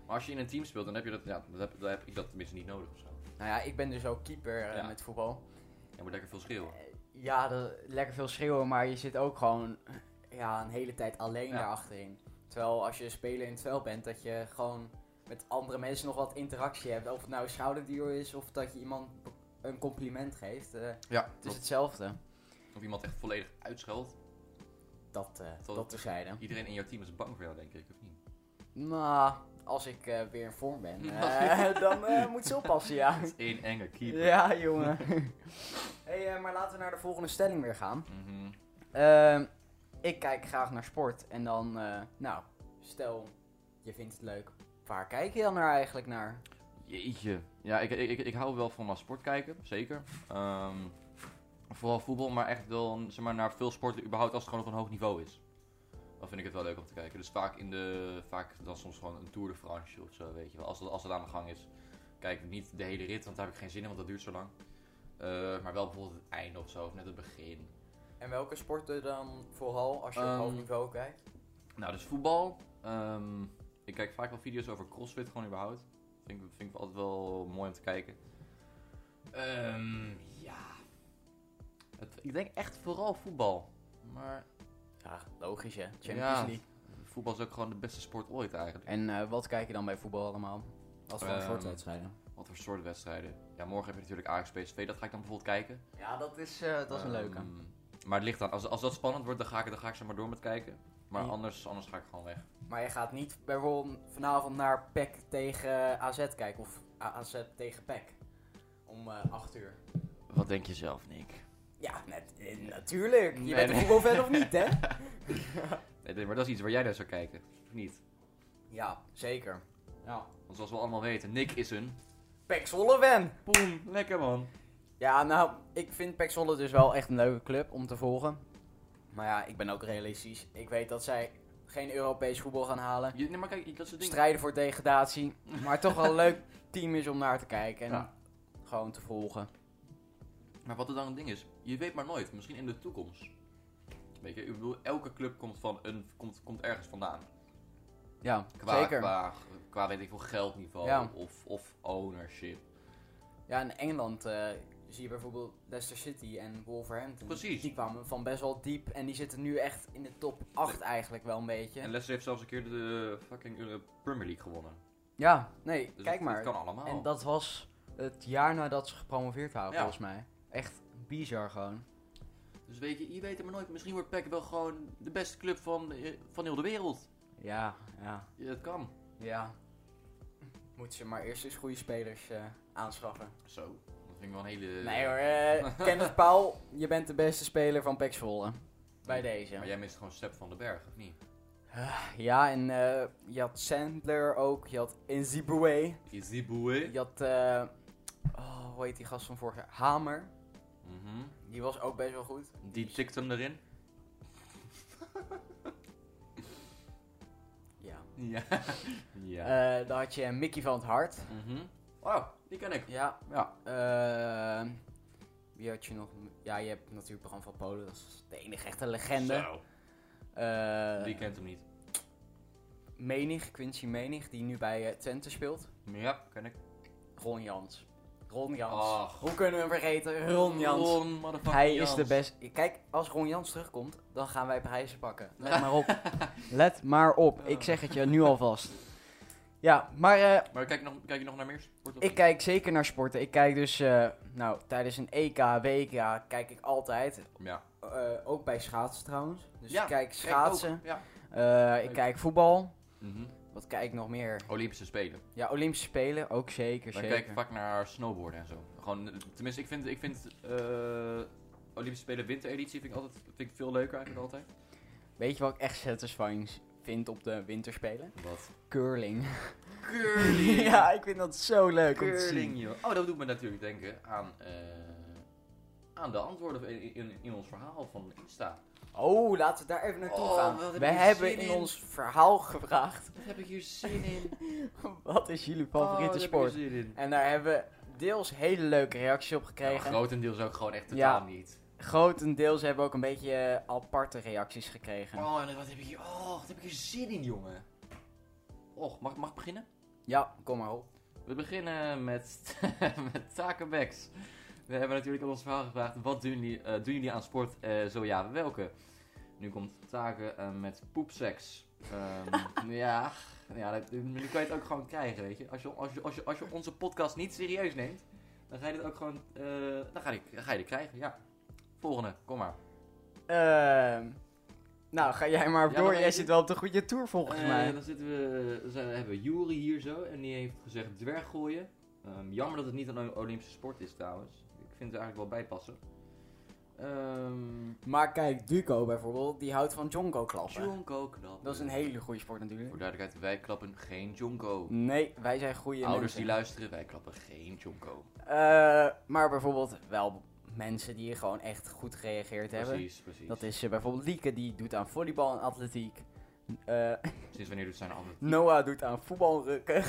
Maar als je in een team speelt, dan heb je dat, ja, dan heb, dan heb ik dat tenminste niet nodig of zo. Nou ja, ik ben dus ook keeper uh, Ja. met voetbal. Je moet lekker veel schreeuwen. Ja, dat, lekker veel schreeuwen, maar je zit ook gewoon ja, een hele tijd alleen Ja. daarachterin. Terwijl als je speler in het veld bent, dat je gewoon met andere mensen nog wat interactie hebt. Of het nou een schouderduo is of dat je iemand een compliment geeft. Uh, Ja, het is dat, hetzelfde. of iemand echt volledig uitscheldt. Dat, uh, Dat- dat terzijde. Iedereen in jouw team is bang voor jou, denk ik, of niet? Nou, als ik uh, weer in vorm ben, uh, dan uh, moet ze oppassen, ja. Dat is één enge keeper. Ja, jongen. Hey, uh, maar laten we naar de volgende stelling weer gaan. Mhm. Uh, ik kijk graag naar sport en dan, uh, nou, stel je vindt het leuk. Waar kijk je dan naar eigenlijk naar? Jeetje. Ja, ik, ik, ik, ik hou wel van naar sport kijken, zeker. Ehm, vooral voetbal, maar echt wel zeg maar, naar veel sporten überhaupt als het gewoon op een hoog niveau is. Dan vind ik het wel leuk om te kijken. Dus vaak in de, vaak dan soms gewoon een Tour de France of zo, weet je wel. Als het, als het aan de gang is. Kijk niet de hele rit, want daar heb ik geen zin in, want dat duurt zo lang. Uh, maar wel bijvoorbeeld het einde of zo, of net het begin. En welke sporten dan vooral als je op Um, hoog niveau kijkt? Nou, dus voetbal. Um, ik kijk vaak wel video's over CrossFit, gewoon überhaupt. Vind ik, vind ik altijd wel mooi om te kijken. Um, ja. Het, ik denk echt vooral voetbal. Maar Ja, logisch hè, Champions Ja. League. voetbal is ook gewoon de beste sport ooit eigenlijk. En uh, wat kijk je dan bij voetbal allemaal? Wat voor Ehm, soort wedstrijden? Wat voor soort wedstrijden. Ja, morgen heb je natuurlijk Ajax P S V, dat ga ik dan bijvoorbeeld kijken. Ja, dat is, uh, dat is een leuke. Um, maar het ligt aan, als, als dat spannend wordt, dan ga ik, dan ga ik ze maar door met kijken. Maar Ja. anders, anders ga ik gewoon weg. Maar je gaat niet bijvoorbeeld vanavond naar P E C tegen A Z kijken of A Z tegen P E C om uh, acht uur. Wat denk je zelf, Nick? Ja, net, eh, natuurlijk. Je Nee, bent een nee. voetbalfan of niet, hè? Nee, nee, maar dat is iets waar jij naar zou kijken, of niet? Ja, zeker. Ja. Want zoals we allemaal weten, Nick is een... P E C Zwolle fan. Boom, lekker man. Ja, nou, ik vind P E C Zwolle dus wel echt een leuke club om te volgen. Maar ja, ik ben ook realistisch. Ik weet dat zij geen Europees voetbal gaan halen. Je, nee, maar kijk, dat soort dingen... Strijden voor degradatie. Maar toch wel een leuk team is om naar te kijken en Ja. gewoon te volgen. Maar wat er dan een ding is, je weet maar nooit, misschien in de toekomst. Weet je, ik bedoel, elke club komt, van een, komt, komt ergens vandaan. Ja, Qua, zeker. Qua, qua weet ik veel geldniveau Ja. of, of ownership. Ja, in Engeland uh, zie je bijvoorbeeld Leicester City en Wolverhampton. Precies. Die kwamen van best wel diep en die zitten nu echt in de top acht eigenlijk wel een beetje. En Leicester heeft zelfs een keer de fucking uh, Premier League gewonnen. Ja, nee, Dus kijk het, maar. Het kan allemaal. En dat was het jaar nadat ze gepromoveerd waren, Ja. volgens mij. Echt bizar gewoon. Dus weet je, je weet het maar nooit. Misschien wordt P E C wel gewoon de beste club van, eh, van heel de wereld. Ja, ja, Ja, het kan. ja. Moeten ze maar eerst eens goede spelers uh, aanschaffen. Zo, dat vind ik wel een hele... Nee hoor, uh, Kenneth Paul, je bent de beste speler van P E C Zwolle. Bij deze. Maar jij mist gewoon Sepp van den Berg, of niet? Ja, en uh, je had Sandler ook, je had Nziboué, Iziboué. je had, uh, oh, hoe heet die gast van vorig jaar? Hamer, Mhm. die was ook best wel goed. Die tikt hem erin. Ja. Ja. ja. Uh, dan had je Mickey van het Hart. Mhm. Wow, die ken ik. Ja. Ja. Uh, wie had je nog? Ja, je hebt natuurlijk Bram van Polen, dat is de enige echte legende. Zo. Uh, Wie kent hem niet? Menig, Quincy Menig, die nu bij uh, Twente speelt. Ja, ken ik. Ron Jans. Ron Jans. Ach. Hoe kunnen we hem vergeten? Ron Jans. Ron, motherfucking Hij Jans. is de beste. Kijk, als Ron Jans terugkomt, dan gaan wij prijzen pakken. Let maar op. Let maar op. Ik zeg het je nu alvast. Ja, maar uh, Maar kijk, nog, kijk je nog naar meer sport? of ik niet? kijk zeker naar sporten. Ik kijk dus, uh, nou, tijdens een E K, W K kijk ik altijd. Ja. Uh, ook bij schaatsen trouwens. Dus Ja, ik kijk Kijk, schaatsen. ook. Ja. Uh, ik kijk voetbal. Mhm. Wat kijk ik nog meer? Olympische Spelen. Ja, Olympische Spelen. Ook zeker, Dan zeker. kijk ik vaak naar snowboarden en zo. Gewoon, tenminste, ik vind, ik vind uh, Olympische Spelen wintereditie vind ik, altijd, vind ik veel leuker eigenlijk altijd. Weet je wat ik echt satisfying vind op de winterspelen? Wat? Curling. Curling! Ja, ik vind dat zo leuk om te Curling, zien. joh. Oh, dat doet me natuurlijk denken aan, uh, aan de antwoorden in, in, in ons verhaal van Insta. Oh, laten we daar even naartoe Oh, gaan. wat heb We ik hier hebben zin in in. ons verhaal gevraagd. Wat heb ik hier zin in? Wat is jullie Oh, favoriete wat sport? heb ik hier zin in? En daar hebben we deels hele leuke reacties op Ja, gekregen. grotendeels ook gewoon echt Ja. totaal niet. Grotendeels hebben we ook een beetje eh, aparte reacties gekregen. Oh, en wat heb ik hier, oh, wat heb ik hier zin in, jongen. Och, mag, mag ik beginnen? Ja, kom maar op. We beginnen met, met takenbacks. We hebben natuurlijk aan ons verhaal gevraagd, wat doen jullie, uh, doen jullie aan sport? Uh, zo ja, welke? Nu komt taken uh, met poepseks. Um, ja, ja dat, nu kan je het ook gewoon krijgen, weet je. Als je, als je, als je, als je onze podcast niet serieus neemt, dan ga je dit ook gewoon, uh, dan, ga je, dan ga je dit krijgen, ja. Volgende, kom maar. Ehm... Uh, nou, ga jij maar Ja, door. Jij je... zit wel op de goede tour volgens uh, mij. Dan zitten we, dan hebben we Juri hier zo en die heeft gezegd dwerggooien. Um, jammer dat het niet een Olympische sport is trouwens. Ik vind het eigenlijk wel bijpassen. Um, maar kijk, Duco bijvoorbeeld, die houdt van jonko klappen. Jonko klappen. Dat is een hele goede sport natuurlijk. Voor duidelijkheid, wij klappen geen jonko. Nee, wij zijn goede Ouders mensen. die luisteren, wij klappen geen jonko. Uh, maar bijvoorbeeld wel mensen die gewoon echt goed gereageerd hebben. Precies, precies. Dat is uh, bijvoorbeeld Lieke, die doet aan volleybal en atletiek. Uh, Sinds wanneer doet zij nou atletiek? Noah doet aan voetbalrukken.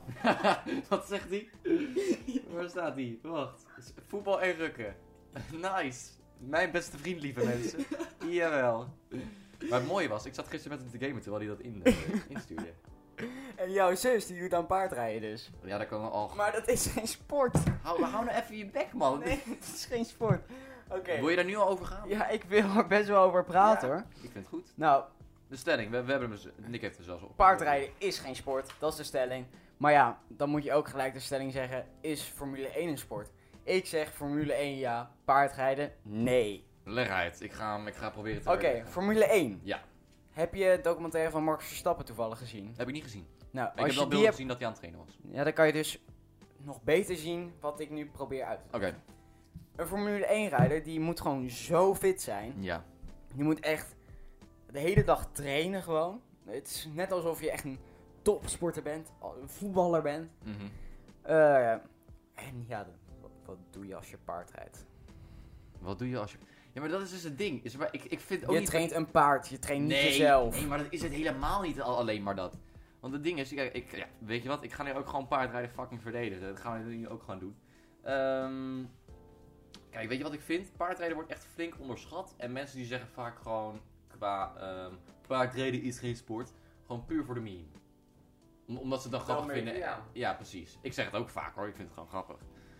Wat zegt hij? Waar staat hij? Wacht. Voetbal en rukken. Nice. Mijn beste vriend, lieve mensen. Jawel. Maar het mooie was, ik zat gisteren met hem te gamen terwijl hij dat in, uh, instuurde. En jouw zus, die doet aan paardrijden dus. Ja, daar kan we al... Maar dat is geen sport. Hou, hou nou even je bek, man. Nee, het is geen sport. Oké. Okay. Wil je daar nu al over gaan? Ja, ik wil er best wel over praten ja, hoor. Ik vind het goed. Nou, de stelling, we, we hebben hem dus, Nick heeft er zelfs op. Paardrijden is geen sport, dat is de stelling. Maar ja, dan moet je ook gelijk de stelling zeggen, is Formule één een sport? Ik zeg Formule één ja, paardrijden nee. Leg uit, ik ga, ik ga proberen te Oké, okay, Formule één. Ja. Heb je het documentaire van Max Verstappen toevallig gezien? Heb ik niet gezien. Nou, ik als heb wel je beelden hebt... gezien dat hij aan het trainen was. Ja, dan kan je dus nog beter zien wat ik nu probeer uit te leggen. Oké. Okay. Een Formule één rijder, die moet gewoon zo fit zijn. Ja. Die moet echt de hele dag trainen gewoon. Het is net alsof je echt een topsporter bent, een voetballer bent. Mm-hmm. Uh, en ja, wat, wat doe je als je paard rijdt? Wat doe je als je... Ja, maar dat is dus het ding. Is, maar ik, ik vind ook je niet traint dat... een paard, je traint nee, niet jezelf. Nee, maar dat is het helemaal niet al, alleen maar dat. Want het ding is, kijk, ik, ja, weet je wat, ik ga nu ook gewoon paardrijden fucking verdedigen. Dat gaan we nu ook gewoon doen. Um, kijk, weet je wat ik vind? Paardrijden wordt echt flink onderschat. En mensen die zeggen vaak gewoon qua um, paardrijden is geen sport. Gewoon puur voor de meme. Om, omdat ze het dan grappig vinden. Ja. ja, precies. Ik zeg het ook vaak hoor, ik vind het gewoon grappig.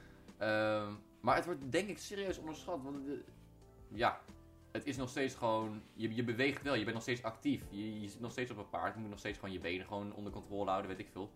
Um, maar het wordt denk ik serieus onderschat. Want de, ja, het is nog steeds gewoon, je, je beweegt wel, je bent nog steeds actief. Je, je zit nog steeds op een paard, je moet nog steeds gewoon je benen gewoon onder controle houden, weet ik veel.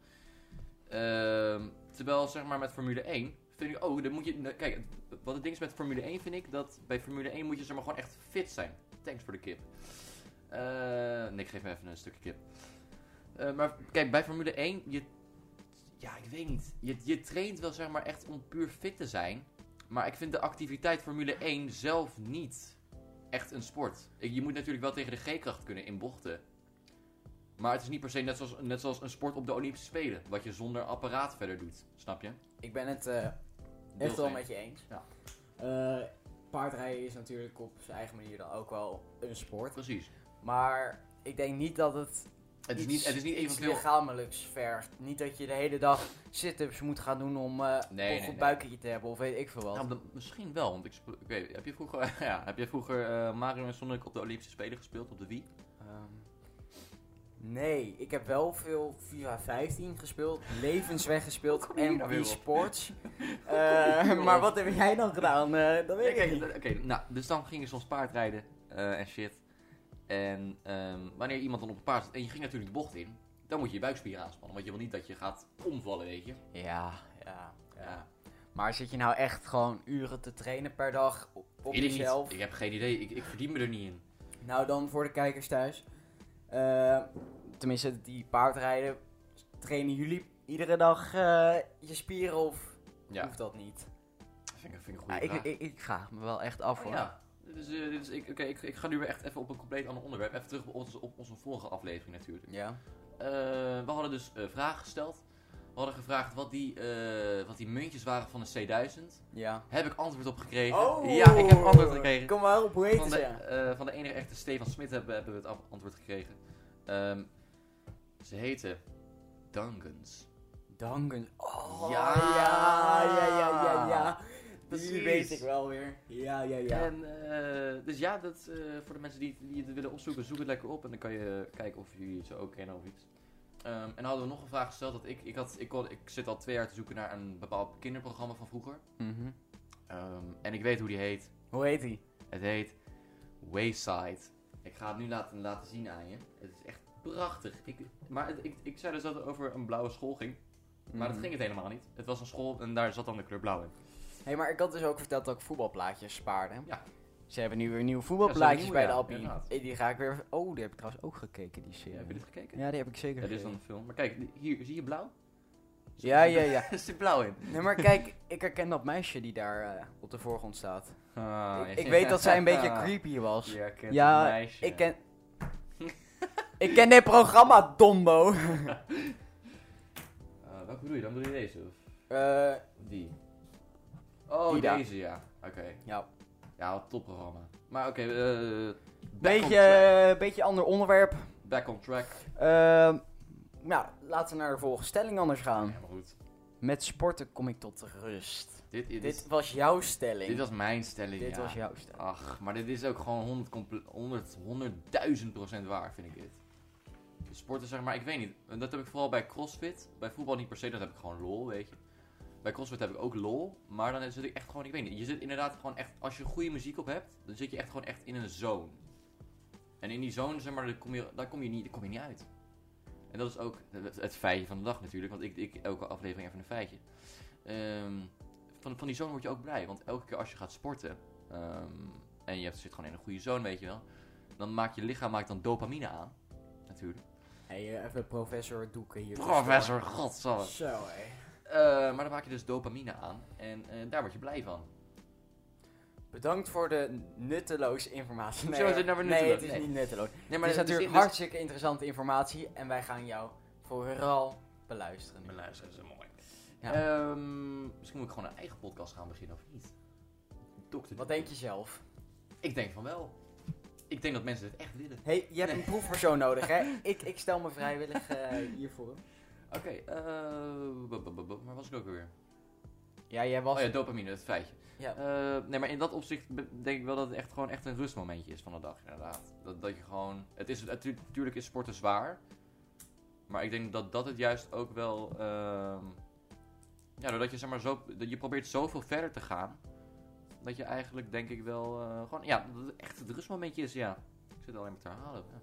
Uh, terwijl zeg maar met Formule één, vind ik, oh, dan moet je, kijk, wat het ding is met Formule één vind ik, dat bij Formule één moet je zeg maar gewoon echt fit zijn. Thanks voor de kip. Uh, nee, ik geef me even een stukje kip. Uh, maar kijk, bij Formule één, je, ja, ik weet niet, je, je traint wel zeg maar echt om puur fit te zijn. Maar ik vind de activiteit Formule één zelf niet echt een sport. Je moet natuurlijk wel tegen de G-kracht kunnen in bochten. Maar het is niet per se net zoals, net zoals een sport op de Olympische Spelen. Wat je zonder apparaat verder doet. Snap je? Ik ben het uh, echt wel met je eens. Ja. Uh, paardrijden is natuurlijk op zijn eigen manier dan ook wel een sport. Precies. Maar ik denk niet dat het... Het is iets, niet, het is niet evenveel... lichamelijks vergt. Niet dat je de hele dag sit-ups moet gaan doen om uh, nee, een goed nee, buikje nee. te hebben of weet ik veel wat. Nou, dan, misschien wel, want ik, ik weet, heb je vroeger, ja, heb je vroeger uh, Mario en Sonic op de Olympische Spelen gespeeld op de Wii? Um, nee, ik heb wel veel FIFA vijftien gespeeld, Levensweg gespeeld en nou Wii Sports. uh, maar wat heb jij dan gedaan? Uh, dat weet ja, ik niet. Oké, okay, nou, dus dan gingen ze ons paardrijden uh, en shit. En um, wanneer iemand dan op een paard zit en je ging natuurlijk de bocht in, dan moet je je buikspieren aanspannen. Want je wil niet dat je gaat omvallen, weet je. Ja, ja, ja. Maar zit je nou echt gewoon uren te trainen per dag op, op jezelf? Niet. Ik heb geen idee, ik, ik verdien me er niet in. Nou dan voor de kijkers thuis. Uh, tenminste, die paardrijden, trainen jullie iedere dag uh, je spieren of ja. hoeft dat niet? Dat vind ik, vind ik een goede ja, vraag. Ik, ik, ik vraag me wel echt af oh, hoor. Ja. Dus, uh, dus ik, okay, ik, ik ga nu weer echt even op een compleet ander onderwerp. Even terug op onze, op onze vorige aflevering natuurlijk. Ja. Uh, we hadden dus uh, vragen gesteld. We hadden gevraagd wat die, uh, wat die muntjes waren van de C duizend. Ja. Heb ik antwoord op gekregen. Oh, ja, ik heb antwoord gekregen. Kom maar op, hoe heet van ze? De, uh, van de enige echte Stefan Smit hebben, hebben we het antwoord gekregen. Um, ze heten Dungans. Dungans. Oh, ja, ja, ja, ja, ja, ja. Precies. Die weet ik wel weer. Ja, ja, ja. En, uh, dus ja, dat, uh, voor de mensen die, die het willen opzoeken, zoek het lekker op. En dan kan je kijken of jullie ze ook kennen of iets. Um, en dan hadden we nog een vraag gesteld. Dat ik, ik, had, ik, kon, ik zit al twee jaar te zoeken naar een bepaald kinderprogramma van vroeger. Mhm. Um, en ik weet hoe die heet. Hoe heet die? Het heet Wayside. Ik ga het nu laten, laten zien aan je. Het is echt prachtig. Ik, maar het, ik, ik zei dus dat het over een blauwe school ging. Maar dat ging het helemaal niet. Het was een school en daar zat dan de kleur blauw in. Hé, hey, maar ik had dus ook verteld dat ik voetbalplaatjes spaarde. Ja. Ze hebben nu weer nieuwe Ja, voetbalplaatjes ze bij de hebben nieuwe, Alpie. ja, Hey, die ga ik weer... Oh, die heb ik trouwens ook gekeken, die Ja, serie. heb je dit gekeken? Ja, die heb ik zeker Ja, dit is dan gekeken. een film. Maar kijk, die- hier, zie je blauw? Ja, ja, ja. Er zit blauw in. Nee, maar kijk, ik herken dat meisje die daar eh, op de voorgrond staat. Ah, ik, ja. ik weet dat zij een beetje creepy was. Je herkent Ja, het meisje. Ik ken... ik ken dit programma, Dombo. Uh, welke bedoel je dan? Bedoel je deze? Of Eh, die? Oh, Die daar. deze ja. Oké. ja. Ja, wat topprogramma. Maar oké, eh back, Beetje, on track. uh, beetje ander onderwerp. back on track. Ehm nou, laten we naar de volgende stelling anders gaan. Ja, maar goed. Met sporten kom ik tot rust. Dit, dit, Dit is, was jouw stelling. dit was mijn stelling, Dit ja. was jouw stelling. Ach, maar dit is ook gewoon honderd, comple- honderd, honderdduizend procent waar, vind ik dit. Sporten zeg maar, ik weet niet. Dat heb ik vooral bij CrossFit. Bij voetbal niet per se, dat heb ik gewoon lol, weet je. Bij CrossFit heb ik ook lol. Maar dan zit ik echt gewoon, ik weet niet. Je zit inderdaad gewoon echt, als je goede muziek op hebt, dan zit je echt gewoon echt in een zone. En in die zone, zeg maar, daar kom je, daar kom je, niet, daar kom je niet uit. En dat is ook het, het feitje van de dag natuurlijk. Want ik, ik elke aflevering even een feitje. Ehm, van, van die zone word je ook blij. Want elke keer als je gaat sporten. ehm, en je zit gewoon in een goede zone, weet je wel. Dan maakt je lichaam maakt dan dopamine aan. Natuurlijk. Hey, uh, even professor Doeken hier. Professor, godsamme. Zo, hé. Uh, maar dan maak je dus dopamine aan. En uh, daar word je blij van. Bedankt voor de nutteloze informatie. Hoezo is dit nou weer Nee, nutteloos? het is Nee. niet nutteloos. Nee, Het is het natuurlijk dus- hartstikke interessante informatie. En wij gaan jou vooral beluisteren. Mijn luisteren is mooi. Ja. Ehm, misschien moet ik gewoon een eigen podcast gaan beginnen, of niet? Dokter. Wat denk je zelf? Ik denk van wel. Ik denk dat mensen dit echt willen. Hey, je hebt Nee. een proefpersoon nodig, hè? Ik, ik stel me vrijwillig uh, hiervoor. Oké, okay, uh, waar was ik ook alweer? Ja, jij was... Oh ja, dopamine, het feitje. Ja. Uh, nee, maar in dat opzicht be- denk ik wel dat het echt gewoon echt een rustmomentje is van de dag, inderdaad. Dat, dat je gewoon... Het is, het, natuurlijk is sporten zwaar. Maar ik denk dat dat het juist ook wel... Uh, ja, doordat je zeg maar zo... Dat je probeert zoveel verder te gaan. Dat je eigenlijk denk ik wel... Uh, gewoon, ja, dat het echt het rustmomentje is, ja. Ik zit alleen maar te herhalen. Ja.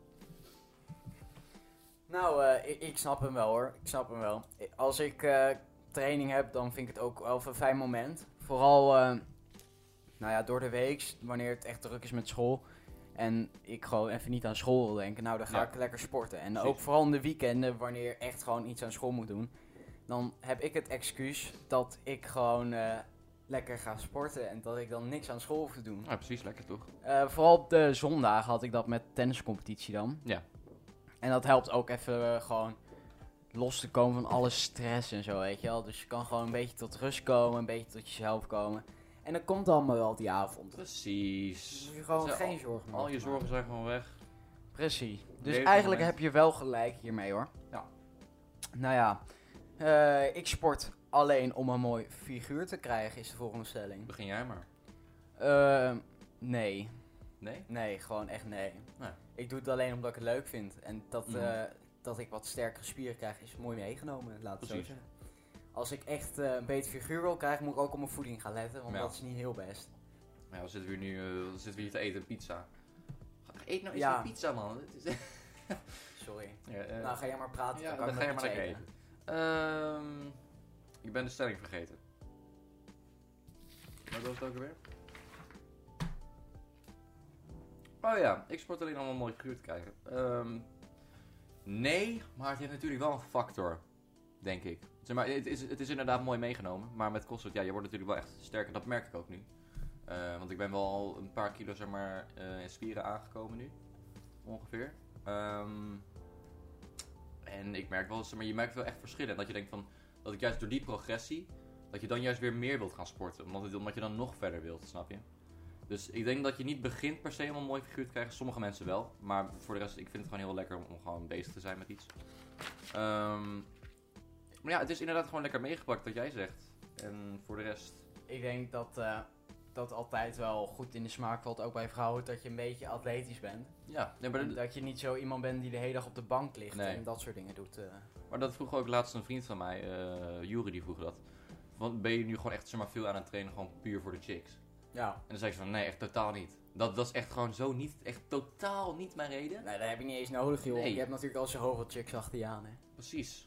Nou, uh, ik, ik snap hem wel hoor. Ik snap hem wel. Als ik uh, training heb, dan vind ik het ook wel een fijn moment. Vooral, uh, nou ja, door de week, wanneer het echt druk is met school. En ik gewoon even niet aan school wil denken. Nou, dan ga Ja. ik lekker sporten. En Precies. ook vooral in de weekenden, wanneer je echt gewoon iets aan school moet doen. Dan heb ik het excuus dat ik gewoon uh, lekker ga sporten. En dat ik dan niks aan school hoef te doen. Ja, precies. Lekker toch? Uh, vooral op de zondagen had ik dat met tenniscompetitie dan. Ja. En dat helpt ook even uh, gewoon los te komen van alle stress en zo, weet je wel. Dus je kan gewoon een beetje tot rust komen, een beetje tot jezelf komen. En dan komt allemaal wel die avond. Precies. Dan moet je gewoon Zijn geen al- zorgen meer Al je maken. zorgen zijn gewoon weg. Precies. Dus Leef eigenlijk moment. heb je wel gelijk hiermee hoor. Ja. Nou ja, uh, ik sport alleen om een mooi figuur te krijgen, is de volgende stelling. Begin jij maar. Uh, nee. Nee? Nee, gewoon echt nee. Nee. Ik doe het alleen omdat ik het leuk vind. En dat, Mhm. uh, dat ik wat sterkere spieren krijg, is mooi meegenomen, laat het zo Precies. zeggen. Als ik echt uh, een beter figuur wil krijgen, moet ik ook op mijn voeding gaan letten, want Ja. dat is niet heel best. Ja, we zitten weer nu uh, we zitten weer hier te eten, pizza. Ga- Eet nou eens Ja. een pizza, man. Het is... Sorry. ja, uh, Nou, ga jij maar praten, ja, dan kan dan ik ga je nog maar iets lekker eten. eten. Ehm, ik ben de stelling vergeten. Wat was het ook alweer? Oh ja, ik sport alleen om een mooi figuur te krijgen. Ehm, nee, maar het heeft natuurlijk wel een factor, denk ik. Zeg maar, het, is, het is inderdaad mooi meegenomen, maar met CrossFit, ja, je wordt natuurlijk wel echt sterker. Dat merk ik ook nu. Uh, want ik ben wel al een paar kilo, zeg maar, uh, in spieren aangekomen nu. Ongeveer. Um, en ik merk wel, zeg maar, je merkt wel echt verschillen. En dat je denkt van, dat ik juist door die progressie, dat je dan juist weer meer wilt gaan sporten. Omdat, het, omdat je dan nog verder wilt, snap je? Dus ik denk dat je niet begint per se om een mooi figuur te krijgen. Sommige mensen wel. Maar voor de rest, ik vind het gewoon heel lekker om, om gewoon bezig te zijn met iets. Um, maar ja, het is inderdaad gewoon lekker meegepakt wat jij zegt. En voor de rest... Ik denk dat uh, dat altijd wel goed in de smaak valt, ook bij vrouwen, dat je een beetje atletisch bent. Ja, nee, maar, En dat, dat je niet zo iemand bent die de hele dag op de bank ligt Nee. en dat soort dingen doet. eh. maar dat vroeg ook laatst een vriend van mij, uh, Juri, die vroeg dat. Want ben je nu gewoon echt zeg maar, veel aan het trainen, gewoon puur voor de chicks? Ja. En dan zei ik van, nee, echt totaal niet. Dat, dat is echt gewoon zo niet, echt totaal niet mijn reden. Nee, dat heb je niet eens nodig, joh. Nee. Je hebt natuurlijk al zoveel chicks achter je aan, hè. Precies.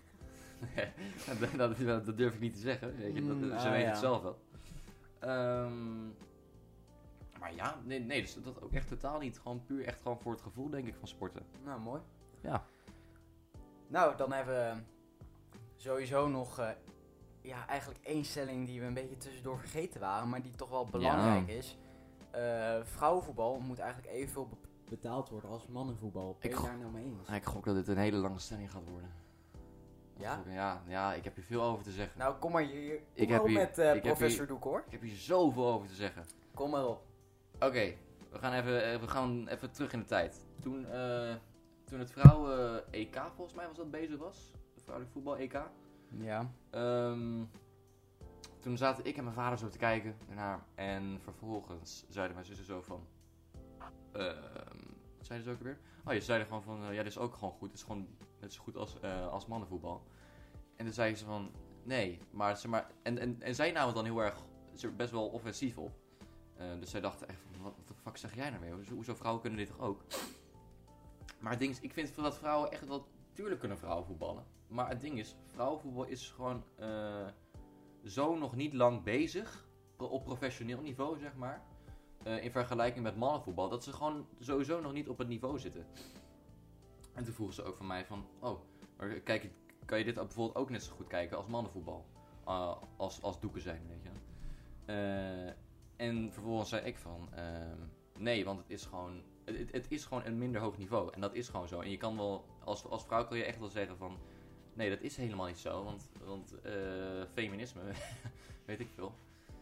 dat, dat, dat durf ik niet te zeggen, weet je, dat, Mm, ze ah, weten ja. het zelf wel. Ehm, maar ja, nee, nee, dus dat ook echt totaal niet. Gewoon puur echt gewoon voor het gevoel, denk ik, van sporten. Nou, mooi. Ja. Nou, dan hebben we sowieso nog, uh, ja, eigenlijk één stelling die we een beetje tussendoor vergeten waren, maar die toch wel belangrijk Ja. is. Uh, vrouwenvoetbal moet eigenlijk evenveel be- betaald worden als mannenvoetbal. Ben je Ik go- daar nou mee eens? Ik gok dat dit een hele lange stelling gaat worden. Ja? Ja, ja, ik heb hier veel over te zeggen. Nou, kom maar hier, kom Ik maar heb op hier- met uh, ik heb professor hier- Doek, hoor. Ik heb hier zoveel over te zeggen. Kom maar op. Oké, we gaan even, eh, we gaan even terug in de tijd. Toen, eh, toen het vrouwen-E K volgens mij was dat bezig was. Het vrouwelijk voetbal-E K. Ja. Ehm, toen zaten ik en mijn vader zo te kijken ernaar. En vervolgens zeiden mijn zussen zo van... ehm, wat zeiden ze ook weer? Oh, je zeiden gewoon van... eh, ja, dit is ook gewoon goed. Het is gewoon net zo goed als, eh, als mannenvoetbal. En toen zeiden ze van... Nee, maar... Zeg maar en, en, en zij namen het dan heel erg... Ze best wel offensief op. Uh, dus zij dachten echt van... Wat de fuck zeg jij nou mee? Hoezo, hoezo vrouwen kunnen dit toch ook? Maar het ding is... Ik vind dat vrouwen echt wel... Tuurlijk kunnen vrouwen voetballen. Maar het ding is... Vrouwenvoetbal is gewoon... Uh, zo nog niet lang bezig. Op professioneel niveau, zeg maar. Uh, in vergelijking met mannenvoetbal. Dat ze gewoon sowieso nog niet op het niveau zitten. En toen vroegen ze ook van mij van... Oh, maar kijk, kan je dit bijvoorbeeld ook net zo goed kijken als mannenvoetbal? Uh, als, als doeken zijn, weet je. Uh, en vervolgens zei ik van... Uh, nee, want het is gewoon... Het, het is gewoon een minder hoog niveau. En dat is gewoon zo. En je kan wel... Als, als vrouw kan je echt wel zeggen van... Nee, dat is helemaal niet zo. Want, want uh, feminisme... weet ik veel.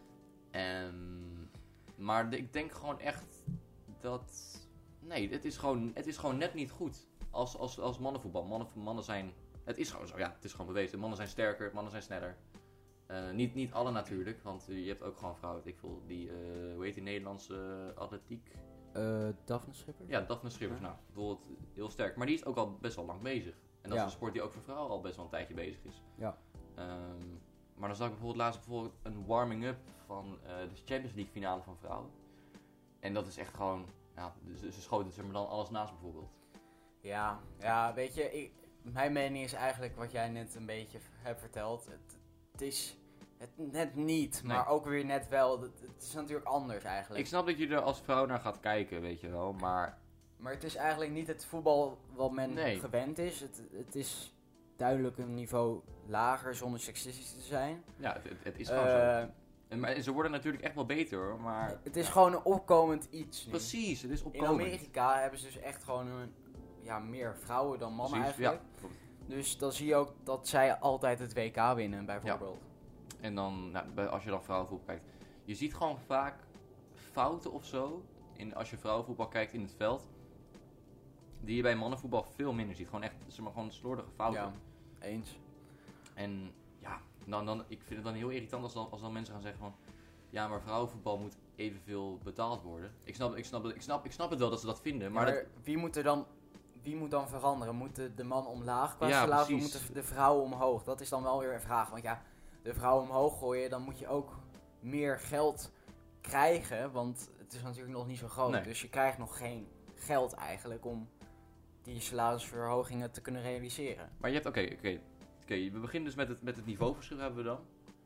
Um, maar de, ik denk gewoon echt... Dat... Nee, het is gewoon, het is gewoon net niet goed. Als, als, als mannenvoetbal. Mannen, mannen zijn... Het is gewoon zo, ja. Het is gewoon bewezen. Mannen zijn sterker. Mannen zijn sneller. Uh, niet, niet alle natuurlijk. Want uh, je hebt ook gewoon vrouwen. Ik voel die... Uh, hoe heet die Nederlandse uh, atletiek? Uh, Daphne Schippers? Ja, Daphne Schippers. Ja. Nou, bijvoorbeeld heel sterk. Maar die is ook al best wel lang bezig. En dat ja. is een sport die ook voor vrouwen al best wel een tijdje bezig is. Ja. Um, maar dan zag ik bijvoorbeeld laatst bijvoorbeeld een warming-up van uh, de Champions League finale van vrouwen. En dat is echt gewoon... Ja, ze, ze schoten zeg maar dan alles naast bijvoorbeeld. Ja, ja, weet je, ik, mijn mening is eigenlijk wat jij net een beetje hebt verteld. Het, het is het net niet, nee. Maar ook weer net wel. Het, het is natuurlijk anders eigenlijk. Ik snap dat je er als vrouw naar gaat kijken, weet je wel, maar... Maar het is eigenlijk niet het voetbal wat men nee. gewend is. Het, het is duidelijk een niveau lager zonder seksistisch te zijn. Ja, het, het, het is gewoon uh, zo. En, maar, ze worden natuurlijk echt wel beter hoor, maar... Het is ja. gewoon een opkomend iets nu. Precies, het is opkomend. In Amerika hebben ze dus echt gewoon een, ja, meer vrouwen dan mannen Precies, eigenlijk. Ja. Dus dan zie je ook dat zij altijd het W K winnen bijvoorbeeld. Ja. En dan, nou, als je dan vrouwenvoetbal kijkt, je ziet gewoon vaak fouten of zo, in, als je vrouwenvoetbal kijkt in het veld, die je bij mannenvoetbal veel minder ziet. Gewoon echt, zeg maar, gewoon slordige fouten. Ja, eens. En ja, dan, dan, ik vind het dan heel irritant als dan, als dan mensen gaan zeggen van... Ja, maar vrouwenvoetbal moet evenveel betaald worden. Ik snap, ik snap, ik snap, ik snap het wel dat ze dat vinden, maar... Ja, maar dat... wie moet er dan... Wie moet dan veranderen? Moet de, de man omlaag qua ja, salaris of moeten de vrouwen omhoog? Dat is dan wel weer een vraag. Want ja, de vrouwen omhoog gooien, dan moet je ook meer geld krijgen. Want het is natuurlijk nog niet zo groot. Nee. Dus je krijgt nog geen geld eigenlijk om die salarisverhogingen te kunnen realiseren. Maar je hebt, oké, okay, oké. Okay. Okay, we beginnen dus met het, met het niveauverschil hebben we dan.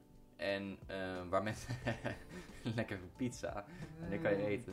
En uh, waar mensen... lekker pizza. En dan kan je eten.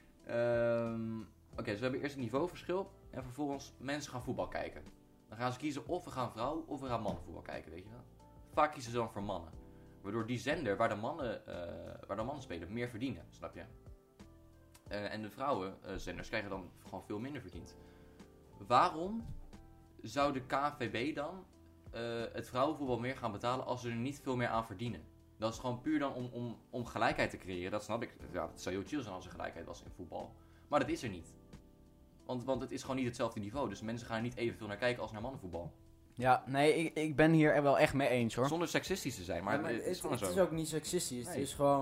Um, Oké, okay, dus we hebben eerst het niveauverschil. En vervolgens mensen gaan voetbal kijken. Dan gaan ze kiezen of we gaan vrouw of we gaan mannenvoetbal kijken, weet je wel. Vaak kiezen ze dan voor mannen. Waardoor die zender waar de mannen, uh, waar de mannen spelen meer verdienen, snap je? Uh, en de vrouwenzenders krijgen dan gewoon veel minder verdiend. Waarom zou de K N V B dan uh, het vrouwenvoetbal meer gaan betalen als ze er niet veel meer aan verdienen? Dat is gewoon puur dan om, om, om gelijkheid te creëren. Dat snap ik. Ja, het zou heel chill zijn als er gelijkheid was in voetbal. Maar dat is er niet. Want, want het is gewoon niet hetzelfde niveau. Dus mensen gaan er niet evenveel naar kijken als naar mannenvoetbal. Ja, nee, ik, ik ben hier wel echt mee eens hoor. Zonder seksistisch te zijn, maar, ja, maar het, het is het, gewoon het zo. Het is ook niet seksistisch. Nee. Het is gewoon...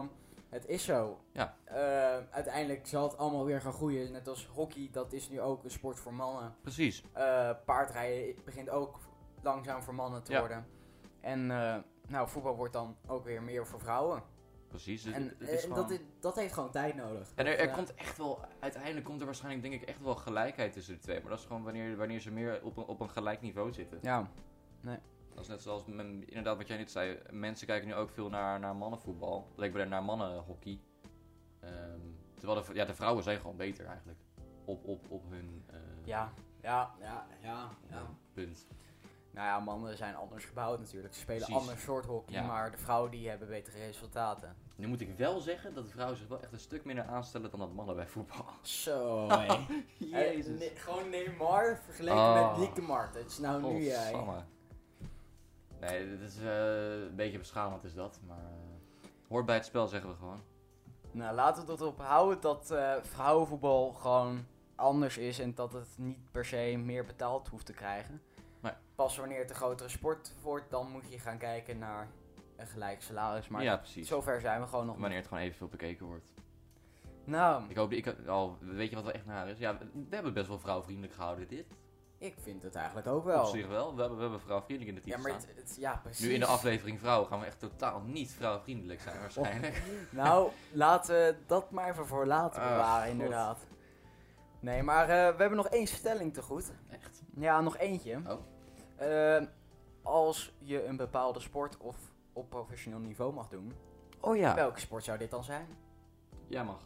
Het is zo. Ja. Uh, uiteindelijk zal het allemaal weer gaan groeien. Net als hockey, dat is nu ook een sport voor mannen. Precies. Uh, paardrijden begint ook langzaam voor mannen te Ja. worden. En uh, nou, voetbal wordt dan ook weer meer voor vrouwen. Precies. Dus En het, het is uh, gewoon... dat, is, dat heeft gewoon tijd nodig. En er, er uh, komt echt wel, uiteindelijk komt er waarschijnlijk denk ik echt wel gelijkheid tussen de twee. Maar dat is gewoon wanneer, wanneer ze meer op een, op een gelijk niveau zitten. Ja. Nee. Dat is net zoals, men, inderdaad wat jij net zei, mensen kijken nu ook veel naar, naar mannenvoetbal. Blijkbaar naar mannenhockey. Um, terwijl de, ja, de vrouwen zijn gewoon beter eigenlijk. Op, op, op hun uh, ja. Ja, ja, ja, ja. punt. Nou ja, mannen zijn anders gebouwd natuurlijk. Ze spelen Precies. ander soort hockey, Ja. maar de vrouwen die hebben betere resultaten. Nu moet ik wel zeggen dat de vrouwen zich wel echt een stuk minder aanstellen dan dat mannen bij voetbal. Zo, hé. Jezus. Ne- gewoon Neymar vergeleken Oh. met Nick de Martens. Nou, nu jij. Godsamme. Nee, dit is uh, een beetje beschamend is dat, maar uh, hoort bij het spel zeggen we gewoon. Nou, laten we het erop houden dat uh, vrouwenvoetbal gewoon anders is en dat het niet per se meer betaald hoeft te krijgen. Nee. Pas wanneer het een grotere sport wordt, dan moet je gaan kijken naar een gelijk salaris. Maar ja, precies. zover zijn we gewoon nog Wanneer het gewoon evenveel bekeken wordt. Nou, Ik hoop, ik, oh, weet je wat wel echt naar is? Ja, we, we hebben best wel vrouwvriendelijk gehouden dit. ik vind het eigenlijk ook wel. Op zich wel. We hebben, we hebben vrouwvriendelijk in de Ja, team maar staan. het, het- ja, precies. Nu in de aflevering vrouwen gaan we echt totaal niet vrouwvriendelijk zijn waarschijnlijk. Nou, laten we dat maar even voor later Ah, bewaren, God. inderdaad. Nee, maar uh, we hebben nog één stelling te goed. Echt? Ja, nog eentje. Oh. Uh, als je een bepaalde sport of op professioneel niveau mag doen, Oh ja. welke sport zou dit dan zijn? Ja, mag.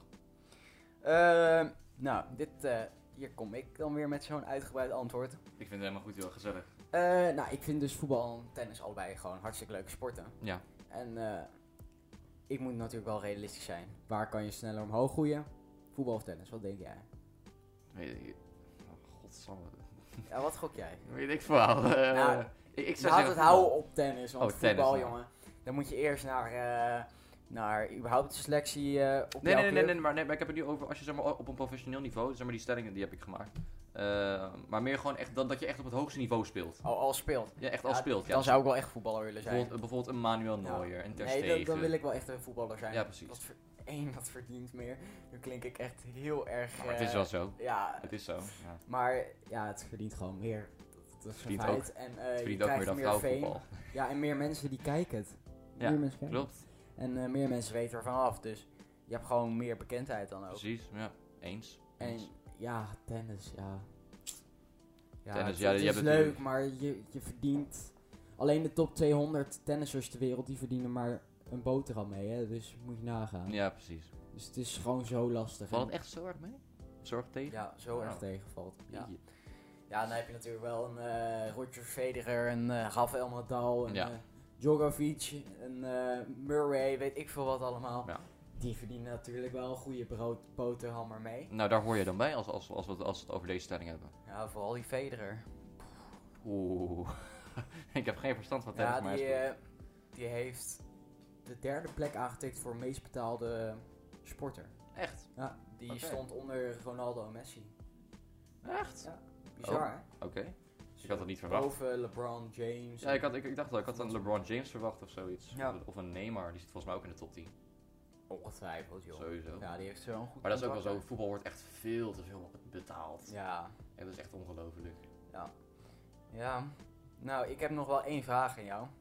Uh, nou, dit, uh, hier kom ik dan weer met zo'n uitgebreid antwoord. Ik vind het helemaal goed, heel gezellig. Uh, nou, ik vind dus voetbal en tennis allebei gewoon hartstikke leuke sporten. Ja. En uh, ik moet natuurlijk wel realistisch zijn. Waar kan je sneller omhoog groeien? Voetbal of tennis, wat denk jij? Weet ik... Oh, godsamme. Ja, wat gok jij? Weet ik veel. Uh, Nou, ik, ik zou Laat zeggen het voetbal. houden op tennis, want Oh, tennis, voetbal, ja. jongen. Dan moet je eerst naar, uh, naar überhaupt de selectie uh, op Nee, jouw nee, nee, club. nee, maar, nee, maar ik heb het nu over als je zeg maar, op een professioneel niveau, zeg maar die stellingen die heb ik gemaakt. Uh, maar meer gewoon echt dat, dat je echt op het hoogste niveau speelt. Al, al speelt. Ja, echt al Ja, speelt. Ja. Dan zou ik wel echt voetballer willen zijn. bijvoorbeeld, bijvoorbeeld een Manuel Ja. Neuer, een Ter Nee, Stegen. dan, dan wil ik wel echt een voetballer zijn. Ja, precies. Dat ver- Eén, dat verdient meer. Nu klink ik echt heel erg... Maar het is uh, wel zo. Ja, Het is zo. Ja. maar ja, het verdient gewoon meer. Dat, dat is een verdient feit. En uh, Het je verdient ook meer krijgt dan meer vrouwenvoetbal. fame. Ja, en meer mensen die kijken het. Ja, meer mensen kijken. klopt. En uh, meer mensen weten ervan af. Dus je hebt gewoon meer bekendheid dan ook. Precies, ja. Eens. En Eens. ja, tennis, ja. Ja, Tennis, het, ja, het je is hebt leuk, natuurlijk- maar je, je verdient... Alleen de top tweehonderd tennissers ter wereld, die verdienen maar een boterham mee, hè. Dus moet je nagaan. Ja, precies. Dus het is gewoon zo lastig. Valt En- het echt zo erg mee? Zorg tegen? Ja, zo erg Nou. tegenvalt. Ja. Jeetje. Ja, dan heb je natuurlijk wel een uh, Roger Federer, een uh, Rafael Nadal, een Ja. uh, Djokovic, een uh, Murray, weet ik veel wat allemaal. Ja. Die verdienen natuurlijk wel een goede brood, boterhammer mee. Nou, daar hoor je dan bij als, als, als, we, het, als we het over deze stelling hebben. Ja, vooral die Federer. Oeh. Ik heb geen verstand van tennis, Ja, maar die, hij uh, die heeft de derde plek aangetikt voor meest betaalde sporter. speelt. Echt? Ja, die Oké. stond onder Ronaldo en Messi. Echt? Ja, bizar Oh. hè? Oké. Ik had dat niet verwacht. Boven LeBron James. Ja, ik, had, ik, ik dacht al, ik had een LeBron James verwacht of zoiets. Ja. Of, of een Neymar, die zit volgens mij ook in de top tien. Ongetwijfeld joh. Sowieso. Ja, die heeft zo'n goed Maar dat is ook wel contract, zo, voetbal wordt echt veel te veel betaald. hè. Ja, Ja, dat is echt ongelooflijk. ja. Nou, ik heb nog wel één vraag aan jou.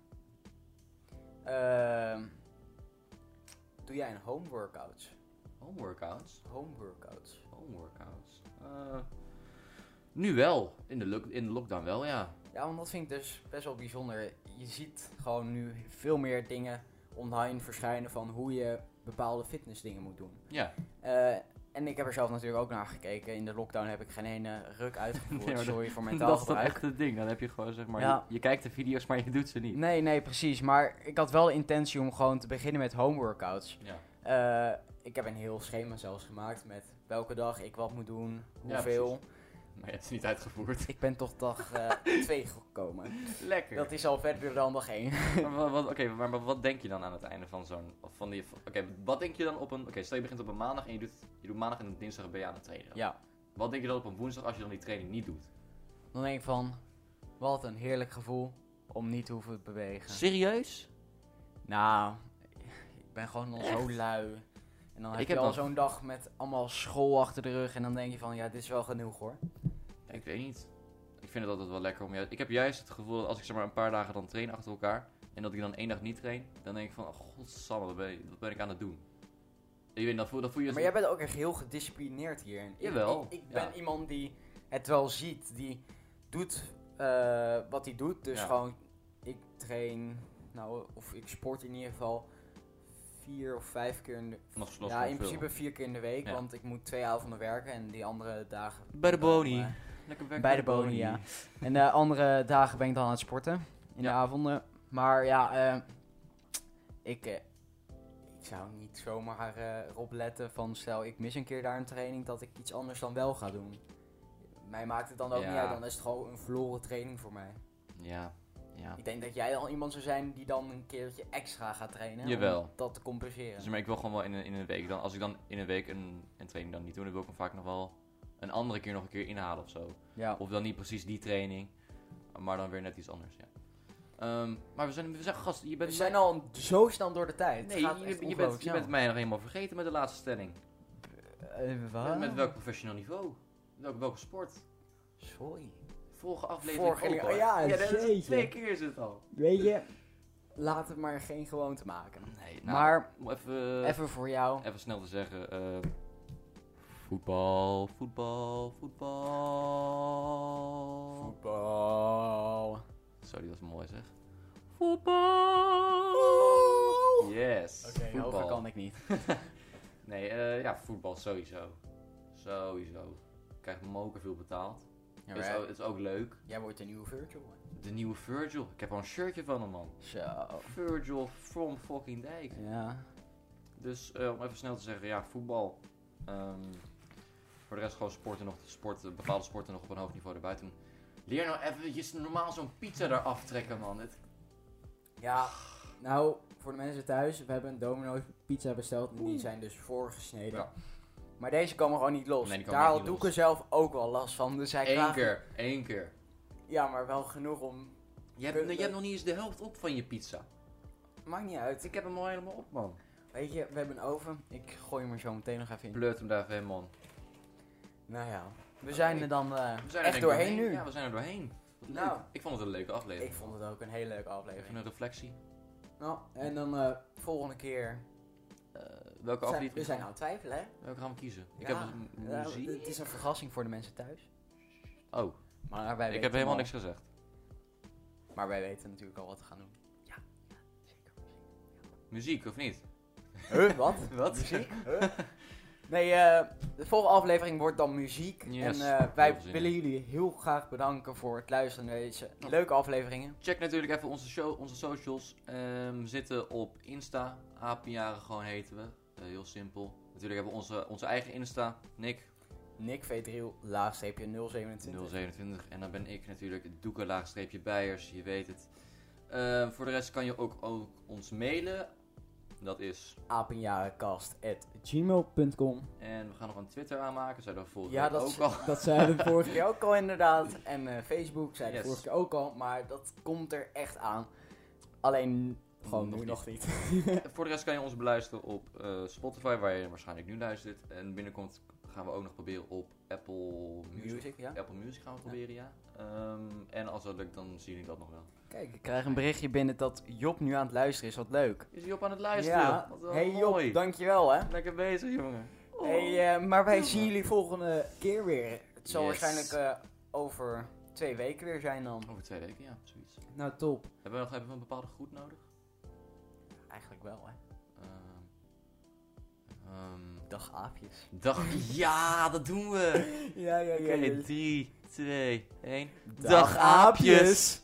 Ehm doe jij een home workouts? Home workouts? Home workouts. Home workouts? Uh, nu wel. In de, look, in de lockdown wel, ja. Ja, want dat vind ik dus best wel bijzonder. Je ziet gewoon nu veel meer dingen online verschijnen van hoe je bepaalde fitnessdingen moet doen. Ja. Eh, en ik heb er zelf natuurlijk ook naar gekeken. In de lockdown heb ik geen ene ruk uitgevoerd. Ja, maar Sorry voor mijn dat is toch taalgebruik. echt het ding. Dan heb je gewoon, zeg maar, Ja. je, je kijkt de video's, maar je doet ze niet. Nee, nee, precies. Maar ik had wel de intentie om gewoon te beginnen met home workouts. Ja. Eh, ik heb een heel schema zelfs gemaakt met welke dag ik wat moet doen, Ja, hoeveel. precies. Maar je hebt ze niet uitgevoerd. Ik ben tot dag twee gekomen. Lekker. Dat is al verder dan dag één. Maar, wat, wat, Oké, maar, maar wat denk je dan aan het einde van zo'n... Van die, Oké, wat denk je dan op een... Oké, stel je begint op een maandag en je doet, je doet maandag en dinsdag ben je aan het trainen. Ja, Wat denk je dan op een woensdag als je dan die training niet doet? dan denk ik van, wat een heerlijk gevoel om niet te hoeven te bewegen. Serieus? Nou, ik ben gewoon al zo lui. En dan heb Ik je heb al dan- zo'n dag met allemaal school achter de rug. En dan denk je van, ja, dit is wel genoeg hoor. Ik weet niet. Ik vind het altijd wel lekker om... Ja, ik heb juist het gevoel dat als ik zeg maar een paar dagen dan train achter elkaar... En dat ik dan één dag niet train... Dan denk ik van, oh, godsamme, wat ben, je- wat ben ik aan het doen? Ik weet, dat voel, dat voel je... Maar jij bent ook echt heel gedisciplineerd hierin. Ik- Jawel, Ik, ik ben ja. iemand die het wel ziet. Die doet eh, wat hij doet. Dus Ja. gewoon, ik train, nou, of ik sport in ieder geval vier of vijf keer in de... Nog, nog ja, gewoon in veel. principe vier keer in de week. Ja. Want ik moet twee avonden werken en die andere dagen... Bij de dan, boni. eh, Lekker werken bij de boni, ja. En de andere dagen ben ik dan aan het sporten. In Ja. de avonden. Maar ja, eh, ik, eh, ik zou niet zomaar eh erop letten van stel ik mis een keer daar een training dat ik iets anders dan wel ga doen. Mij maakt het dan ook Ja. niet uit, dan is het gewoon een verloren training voor mij. Ja, ja. Ik denk dat jij al iemand zou zijn die dan een keertje extra gaat trainen. Jawel. Om dat te compenseren. Dus maar ik wil gewoon wel in een, in een week... Dan, als ik dan in een week een, een training dan niet doe... Dan wil ik hem vaak nog wel een andere keer nog een keer inhalen of zo. Ja. Of dan niet precies die training. Maar dan weer net iets anders, ja. Ehm, maar we zijn, we zijn gast, je bent... We zijn al zo snel door de tijd. Nee, Het gaat je, echt je, bent, ongelooflijk je bent mij nog helemaal vergeten met de laatste stelling. snel. Eh, wat? Met welk professioneel niveau? Welk, welke sport? Sorry. Vorige aflevering Vorige ook keer- al. oh ja, dat is jeetje. twee keer is het al. Weet je, laat het maar geen gewoonte maken. Nee, nou, Maar om even, even voor jou. even snel te zeggen. ehm, voetbal, voetbal, voetbal. Voetbal. Zo, die was mooi zeg. Voetbal! Yes. Oké, voetbal. hoger kan ik niet. Nee, eh, ja, voetbal sowieso. Sowieso. Krijgt moker veel betaald. Ja, is, maar ook, is ook leuk. jij wordt de nieuwe Virgil. Hè? De nieuwe Virgil. Ik heb al een shirtje van hem, man. Zo. Virgil from fucking Dijk. Ja. Dus eh, om even snel te zeggen, ja, voetbal. Ehm, voor de rest gewoon sporten nog, sporten, bepaalde sporten nog op een hoog niveau erbij doen. Leer nou eventjes normaal zo'n pizza eraf trekken, man. Het, Ja, nou, voor de mensen thuis, we hebben een Domino's pizza besteld en die zijn dus voorgesneden. Ja. Maar deze komen gewoon niet los. Nee, die komen Daar echt had niet Doeke los. zelf ook wel last van. Dus hij Eén klaagde- keer, één keer. Ja, maar wel genoeg om... Je hebt, je hebt nog niet eens de helft op van je pizza. Maakt niet uit. Ik heb hem al helemaal op, man. Weet je, we hebben een oven. Ik gooi hem er zo meteen nog even in. Pleurt hem daar even in, man. Nou ja, we zijn er dan eh, We zijn er echt denk ik doorheen nu. Ja, we zijn er doorheen. Wat leuk. Nou. Ik vond het een leuke aflevering. Ik vond het ook een hele leuke Even aflevering. een reflectie. Nou, en dan eh volgende keer... Eh, welke Zijn, aflevering? we zijn aan het twijfelen, hè? Welke gaan we kiezen? Ik Ja, heb een Ja, muziek. het is een verrassing voor de mensen thuis. Oh, Maar wij ik weten heb helemaal al- niks gezegd. Maar wij weten natuurlijk al wat we gaan doen. Muziek of niet? Huh? Wat? Wat? Muziek? Huh? Nee, eh, de volgende aflevering wordt dan muziek. Yes, En eh, heel wij veel zin willen in. jullie heel graag bedanken voor het luisteren naar deze leuke afleveringen. Check natuurlijk even onze, show, onze socials. Ehm, we zitten op Insta. Apenjaren gewoon heten we. Eh, heel simpel. Natuurlijk hebben we onze, onze eigen Insta. Nick Nick V drie, laagstreepje nul zevenentwintig. nul zevenentwintig. En dan ben ik natuurlijk Doeke laagstreepje Bijers. Je weet het. Ehm, voor de rest kan je ook, ook ons mailen. Dat is... apenjarenkast at gmail punt com. En we gaan nog een Twitter aanmaken. Zeiden we vorige Ja, week dat, ook is- al. dat zeiden we vorige keer ook al inderdaad. En eh, Facebook zeiden we Yes. vorige keer ook al. Maar dat komt er echt aan. Alleen gewoon Nog nu nog niet. Voor de rest kan je ons beluisteren op eh, Spotify, waar je waarschijnlijk nu luistert. En binnenkort gaan we ook nog proberen op Apple Music. Music, ja. Apple Music gaan we proberen, ja. Ehm, en als dat lukt, dan zien jullie dat nog wel. Kijk, ik krijg een berichtje binnen dat Job nu aan het luisteren is. Wat leuk. Is Job aan het luisteren? Ja. Wat wel Hey mooi. Job, dankjewel hè. Lekker bezig, jongen. Oh. Hey, eh, maar wij Jongen. zien jullie volgende keer weer. Het zal Yes. waarschijnlijk eh, over twee weken weer zijn dan. Over twee weken, ja, zoiets. Nou, top. Hebben we nog hebben we een bepaalde groet nodig? Eigenlijk wel hè. Ehm, ehm, Dag aapjes. dag, ja, dat doen we. Ja, ja, Oké, drie, twee, één. Dag aapjes.